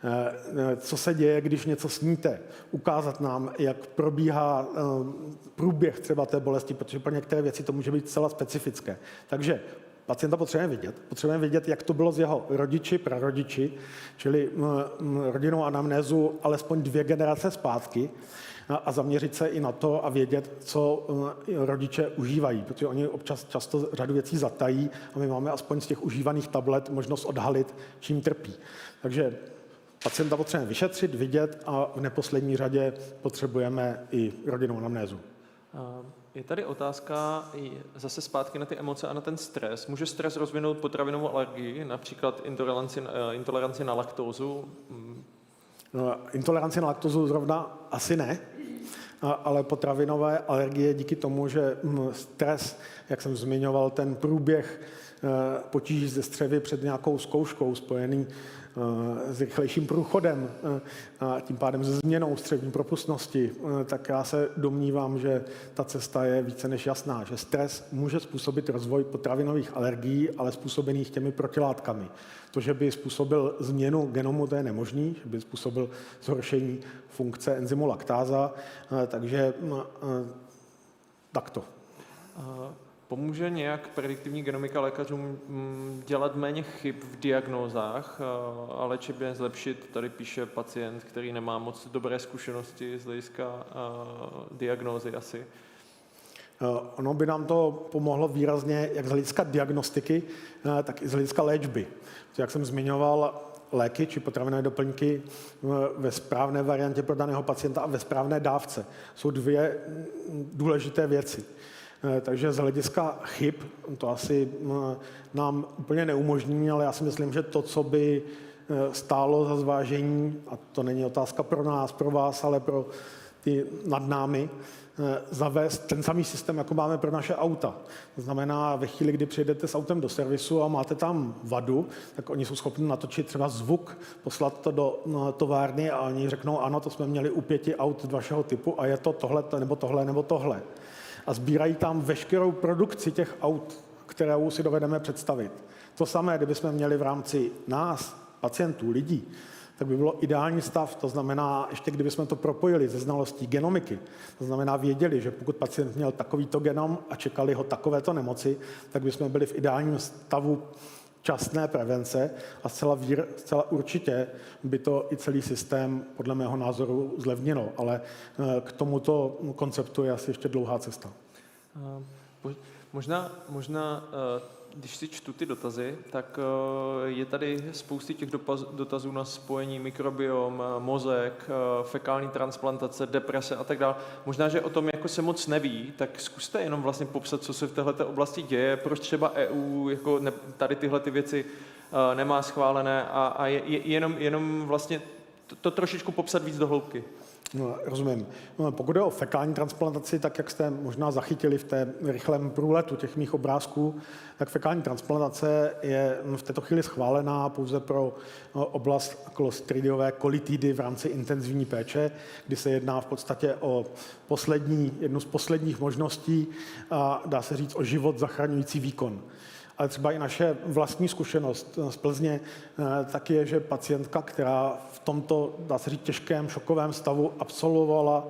co se děje, když něco sníte, ukázat nám, jak probíhá průběh třeba té bolesti, protože pro některé věci to může být zcela specifické. Takže pacienta potřebujeme vidět. Potřebujeme vidět, jak to bylo s jeho rodiči, prarodiči, čili rodinnou anamnézu alespoň dvě generace zpátky, a zaměřit se i na to a vědět, co rodiče užívají, protože oni občas často řadu věcí zatají a my máme aspoň z těch užívaných tablet možnost odhalit, čím trpí. Takže pacienta potřebujeme vyšetřit, vidět a v neposlední řadě potřebujeme i rodinnou anamnézu. Je tady otázka zase zpátky na ty emoce a na ten stres. Může stres rozvinout potravinovou alergii, například intoleranci, intoleranci na laktózu? No, intoleranci na laktózu zrovna asi ne, ale potravinové alergie díky tomu, že stres, jak jsem zmiňoval, ten průběh potíží ze střevy před nějakou zkouškou spojený s rychlejším průchodem a tím pádem se změnou střevní propustnosti, tak já se domnívám, že ta cesta je více než jasná, že stres může způsobit rozvoj potravinových alergií, ale způsobených těmi protilátkami. To, že by způsobil změnu genomu, to je nemožný, že by způsobil zhoršení funkce enzymu laktáza, takže takto. Pomůže nějak prediktivní genomika lékařům dělat méně chyb v diagnózách a léčebně zlepšit? Tady píše pacient, který nemá moc dobré zkušenosti z hlediska diagnózy asi. Ono by nám to pomohlo výrazně jak z hlediska diagnostiky, tak i z hlediska léčby. Jak jsem zmiňoval, léky či potravinové doplňky ve správné variantě pro daného pacienta a ve správné dávce jsou dvě důležité věci. Takže z hlediska chyb to asi nám úplně neumožní, ale já si myslím, že to, co by stálo za zvážení, a to není otázka pro nás, pro vás, ale pro ty nad námi, zavést ten samý systém, jako máme pro naše auta. To znamená, ve chvíli, kdy přijedete s autem do servisu a máte tam vadu, tak oni jsou schopni natočit třeba zvuk, poslat to do továrny a oni řeknou, ano, to jsme měli u pěti aut vašeho typu a je to tohle, nebo tohle, nebo tohle. A sbírají tam veškerou produkci těch aut, kterou si dovedeme představit. To samé, kdybychom měli v rámci nás, pacientů, lidí, tak by bylo ideální stav, to znamená, ještě kdybychom to propojili ze znalostí genomiky, to znamená věděli, že pokud pacient měl takovýto genom a čekali ho takovéto nemoci, tak bychom byli v ideálním stavu časné prevence a zcela, vír, zcela určitě by to i celý systém podle mého názoru zlevnilo, ale k tomuto konceptu je asi ještě dlouhá cesta. Možná, možná když si čtu ty dotazy, tak je tady spousty těch dotazů na spojení mikrobiom, mozek, fekální transplantace, deprese a tak dále. Možná, že o tom jako se moc neví, tak zkuste jenom vlastně popsat, co se v této oblasti děje, proč třeba E U jako ne, tady tyhle ty věci nemá schválené a, a je, je, jenom, jenom vlastně to, to trošičku popsat víc do hloubky. No, rozumím. No, pokud jde o fekální transplantaci, tak jak jste možná zachytili v té rychlém průletu těch mých obrázků, tak fekální transplantace je v této chvíli schválená pouze pro oblast klostridiové kolitidy v rámci intenzivní péče, kdy se jedná v podstatě o poslední, jednu z posledních možností a dá se říct o život zachraňující výkon. Ale třeba i naše vlastní zkušenost z Plzně tak je, že pacientka, která v tomto, dá se říct, těžkém šokovém stavu absolvovala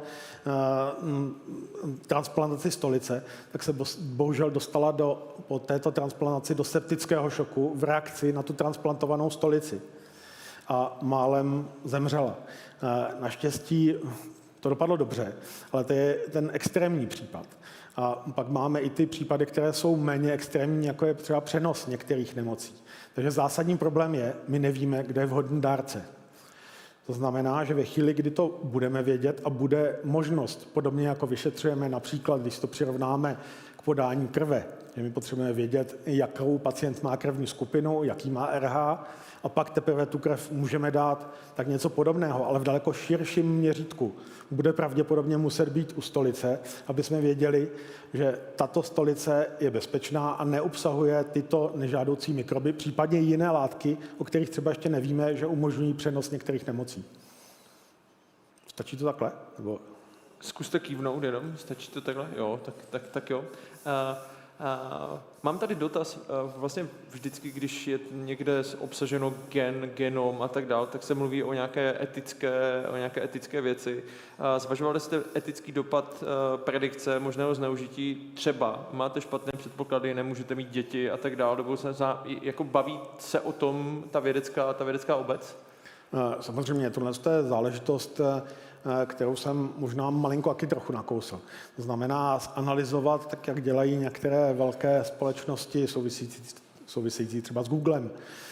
transplantaci stolice, tak se bohužel dostala do, po této transplantaci do septického šoku v reakci na tu transplantovanou stolici a málem zemřela. Naštěstí to dopadlo dobře, ale to je ten extrémní případ. A pak máme i ty případy, které jsou méně extrémní, jako je třeba přenos některých nemocí. Takže zásadní problém je, my nevíme, kde je vhodný dárce. To znamená, že ve chvíli, kdy to budeme vědět a bude možnost, podobně jako vyšetřujeme například, když to přirovnáme k podání krve, že my potřebujeme vědět, jakou pacient má krevní skupinu, jaký má R H, a pak teprve tu krev můžeme dát, tak něco podobného, ale v daleko širším měřítku. Bude pravděpodobně muset být u stolice, aby jsme věděli, že tato stolice je bezpečná a neobsahuje tyto nežádoucí mikroby, případně jiné látky, o kterých třeba ještě nevíme, že umožňují přenos některých nemocí. Stačí to takhle? Nebo... Zkuste kývnout jenom, stačí to takhle? Jo, tak, tak, tak jo. Uh, Uh, mám tady dotaz. Uh, vlastně vždycky, když je někde obsaženo gen, genom a tak dále, tak se mluví o nějaké etické, o nějaké etické věci. Uh, zvažovali jste etický dopad uh, predikce možného zneužití? Třeba máte špatné předpoklady, nemůžete mít děti a tak dále. Nebo se za, jako baví se o tom ta vědecká, ta vědecká obec? Uh, samozřejmě, tohle je záležitost, kterou jsem možná malinko taky trochu nakousl. To znamená analyzovat, tak jak dělají některé velké společnosti související, související třeba s Googlem.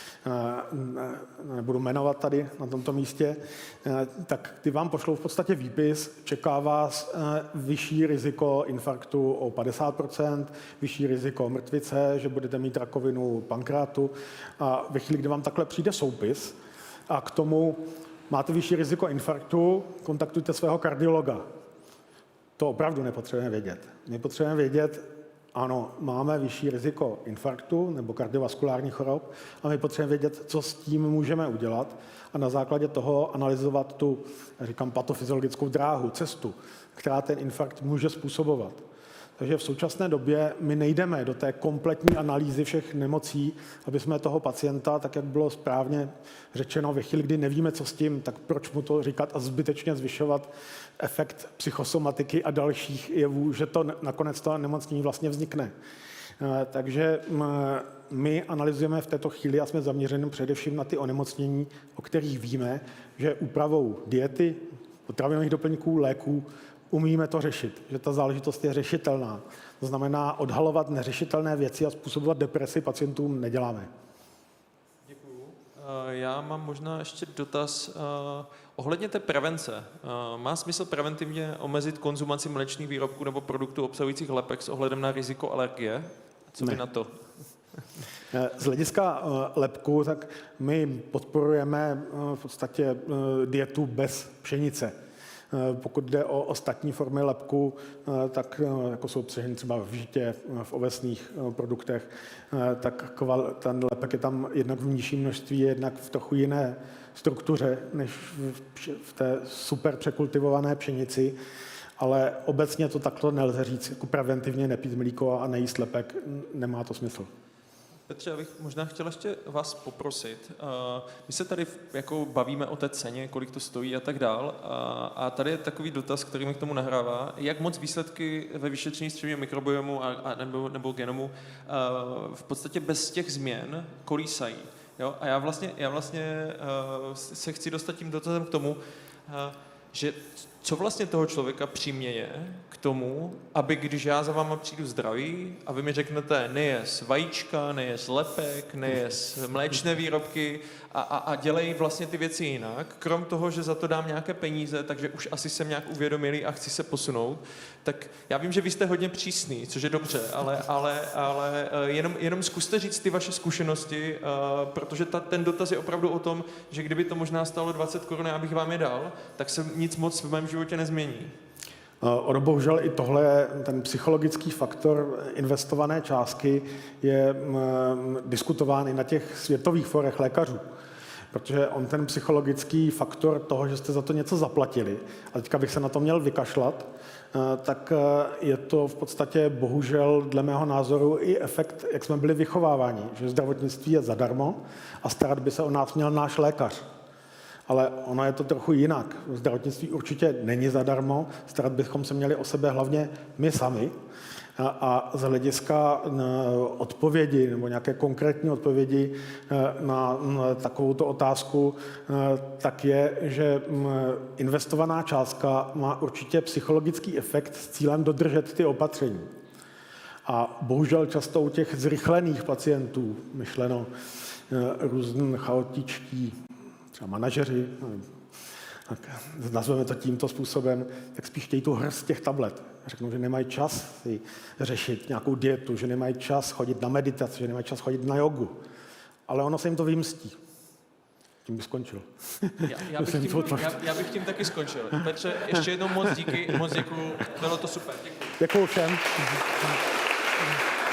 Nebudu jmenovat tady na tomto místě, tak ty vám pošlou v podstatě výpis, čeká vás vyšší riziko infarktu o padesát procent, vyšší riziko mrtvice, že budete mít rakovinu pankreatu a ve chvíli, kdy vám takhle přijde soupis a k tomu máte vyšší riziko infarktu, kontaktujte svého kardiologa. To opravdu nepotřebujeme vědět. My potřebujeme vědět, ano, máme vyšší riziko infarktu nebo kardiovaskulárních chorob a my potřebujeme vědět, co s tím můžeme udělat a na základě toho analyzovat tu, říkám, patofyziologickou dráhu, cestu, která ten infarkt může způsobovat. Takže v současné době my nejdeme do té kompletní analýzy všech nemocí, aby jsme toho pacienta, tak jak bylo správně řečeno, ve chvíli, kdy nevíme, co s tím, tak proč mu to říkat a zbytečně zvyšovat efekt psychosomatiky a dalších jevů, že to nakonec to nemocnění vlastně vznikne. Takže my analyzujeme v této chvíli a jsme zaměřeni především na ty onemocnění, o kterých víme, že úpravou diety, potravinových doplňků, léků, umíme to řešit, že ta záležitost je řešitelná. To znamená, odhalovat neřešitelné věci a způsobovat depresi pacientům neděláme. Děkuju. Já mám možná ještě dotaz ohledně té prevence. Má smysl preventivně omezit konzumaci mléčných výrobků nebo produktů obsahujících lepek s ohledem na riziko alergie? Co by na to? Z hlediska lepku, tak my podporujeme v podstatě dietu bez pšenice. Pokud jde o ostatní formy lepku, tak jako jsou obsaženy třeba v žitě, v ovesných produktech, tak ten lepek je tam jednak v nižším množství, jednak v trochu jiné struktuře než v té super překultivované pšenici, ale obecně to takto nelze říct, jako preventivně nepít mlíko a nejíst lepek, nemá to smysl. Petře, já bych možná chtěl ještě vás poprosit. My se tady jako bavíme o té ceně, kolik to stojí a tak dál. A tady je takový dotaz, který mi k tomu nahrává. Jak moc výsledky ve vyšetření střevního mikrobiomu a, a nebo, nebo genomu v podstatě bez těch změn kolísají. Jo? A já vlastně, já vlastně se chci dostat tím dotazem k tomu, že co vlastně toho člověka přiměje k tomu, aby když já za váma přijdu zdravý a vy mi řeknete nejes vajíčka, nejes lepek, nejes mléčné výrobky a, a, a dělej vlastně ty věci jinak, krom toho, že za to dám nějaké peníze, takže už asi jsem nějak uvědomilý a chci se posunout, tak já vím, že vy jste hodně přísný, což je dobře, ale, ale, ale jenom, jenom zkuste říct ty vaše zkušenosti, protože ta, ten dotaz je opravdu o tom, že kdyby to možná stálo dvacet korun, abych vám je dal, tak se nic moc v mém životě nezmění. Ono bohužel i tohle, ten psychologický faktor investované částky je m, diskutován i na těch světových forech lékařů. Protože on ten psychologický faktor toho, že jste za to něco zaplatili, a teďka bych se na to měl vykašlat, tak je to v podstatě bohužel dle mého názoru i efekt, jak jsme byli vychováváni, že zdravotnictví je zadarmo a starat by se o nás měl náš lékař. Ale ono je to trochu jinak. Zdravotnictví určitě není zadarmo, starat bychom se měli o sebe hlavně my sami. A, a z hlediska odpovědi nebo nějaké konkrétní odpovědi na, na takovouto otázku, tak je, že investovaná částka má určitě psychologický efekt s cílem dodržet ty opatření. A bohužel často u těch zrychlených pacientů, myšleno různý chaotičtí třeba manažeři, tak nazveme to tímto způsobem, tak spíš chtějí tu hrst těch tablet. Řeknou, že nemají čas si řešit nějakou dietu, že nemají čas chodit na meditaci, že nemají čas chodit na jogu. Ale ono se jim to vymstí. Tím bych skončil. Já, já, bych tím, já, já bych tím taky skončil. Petře, ještě jednou moc díky, moc děkuju. Bylo to super. Děkuju. Děkuju všem.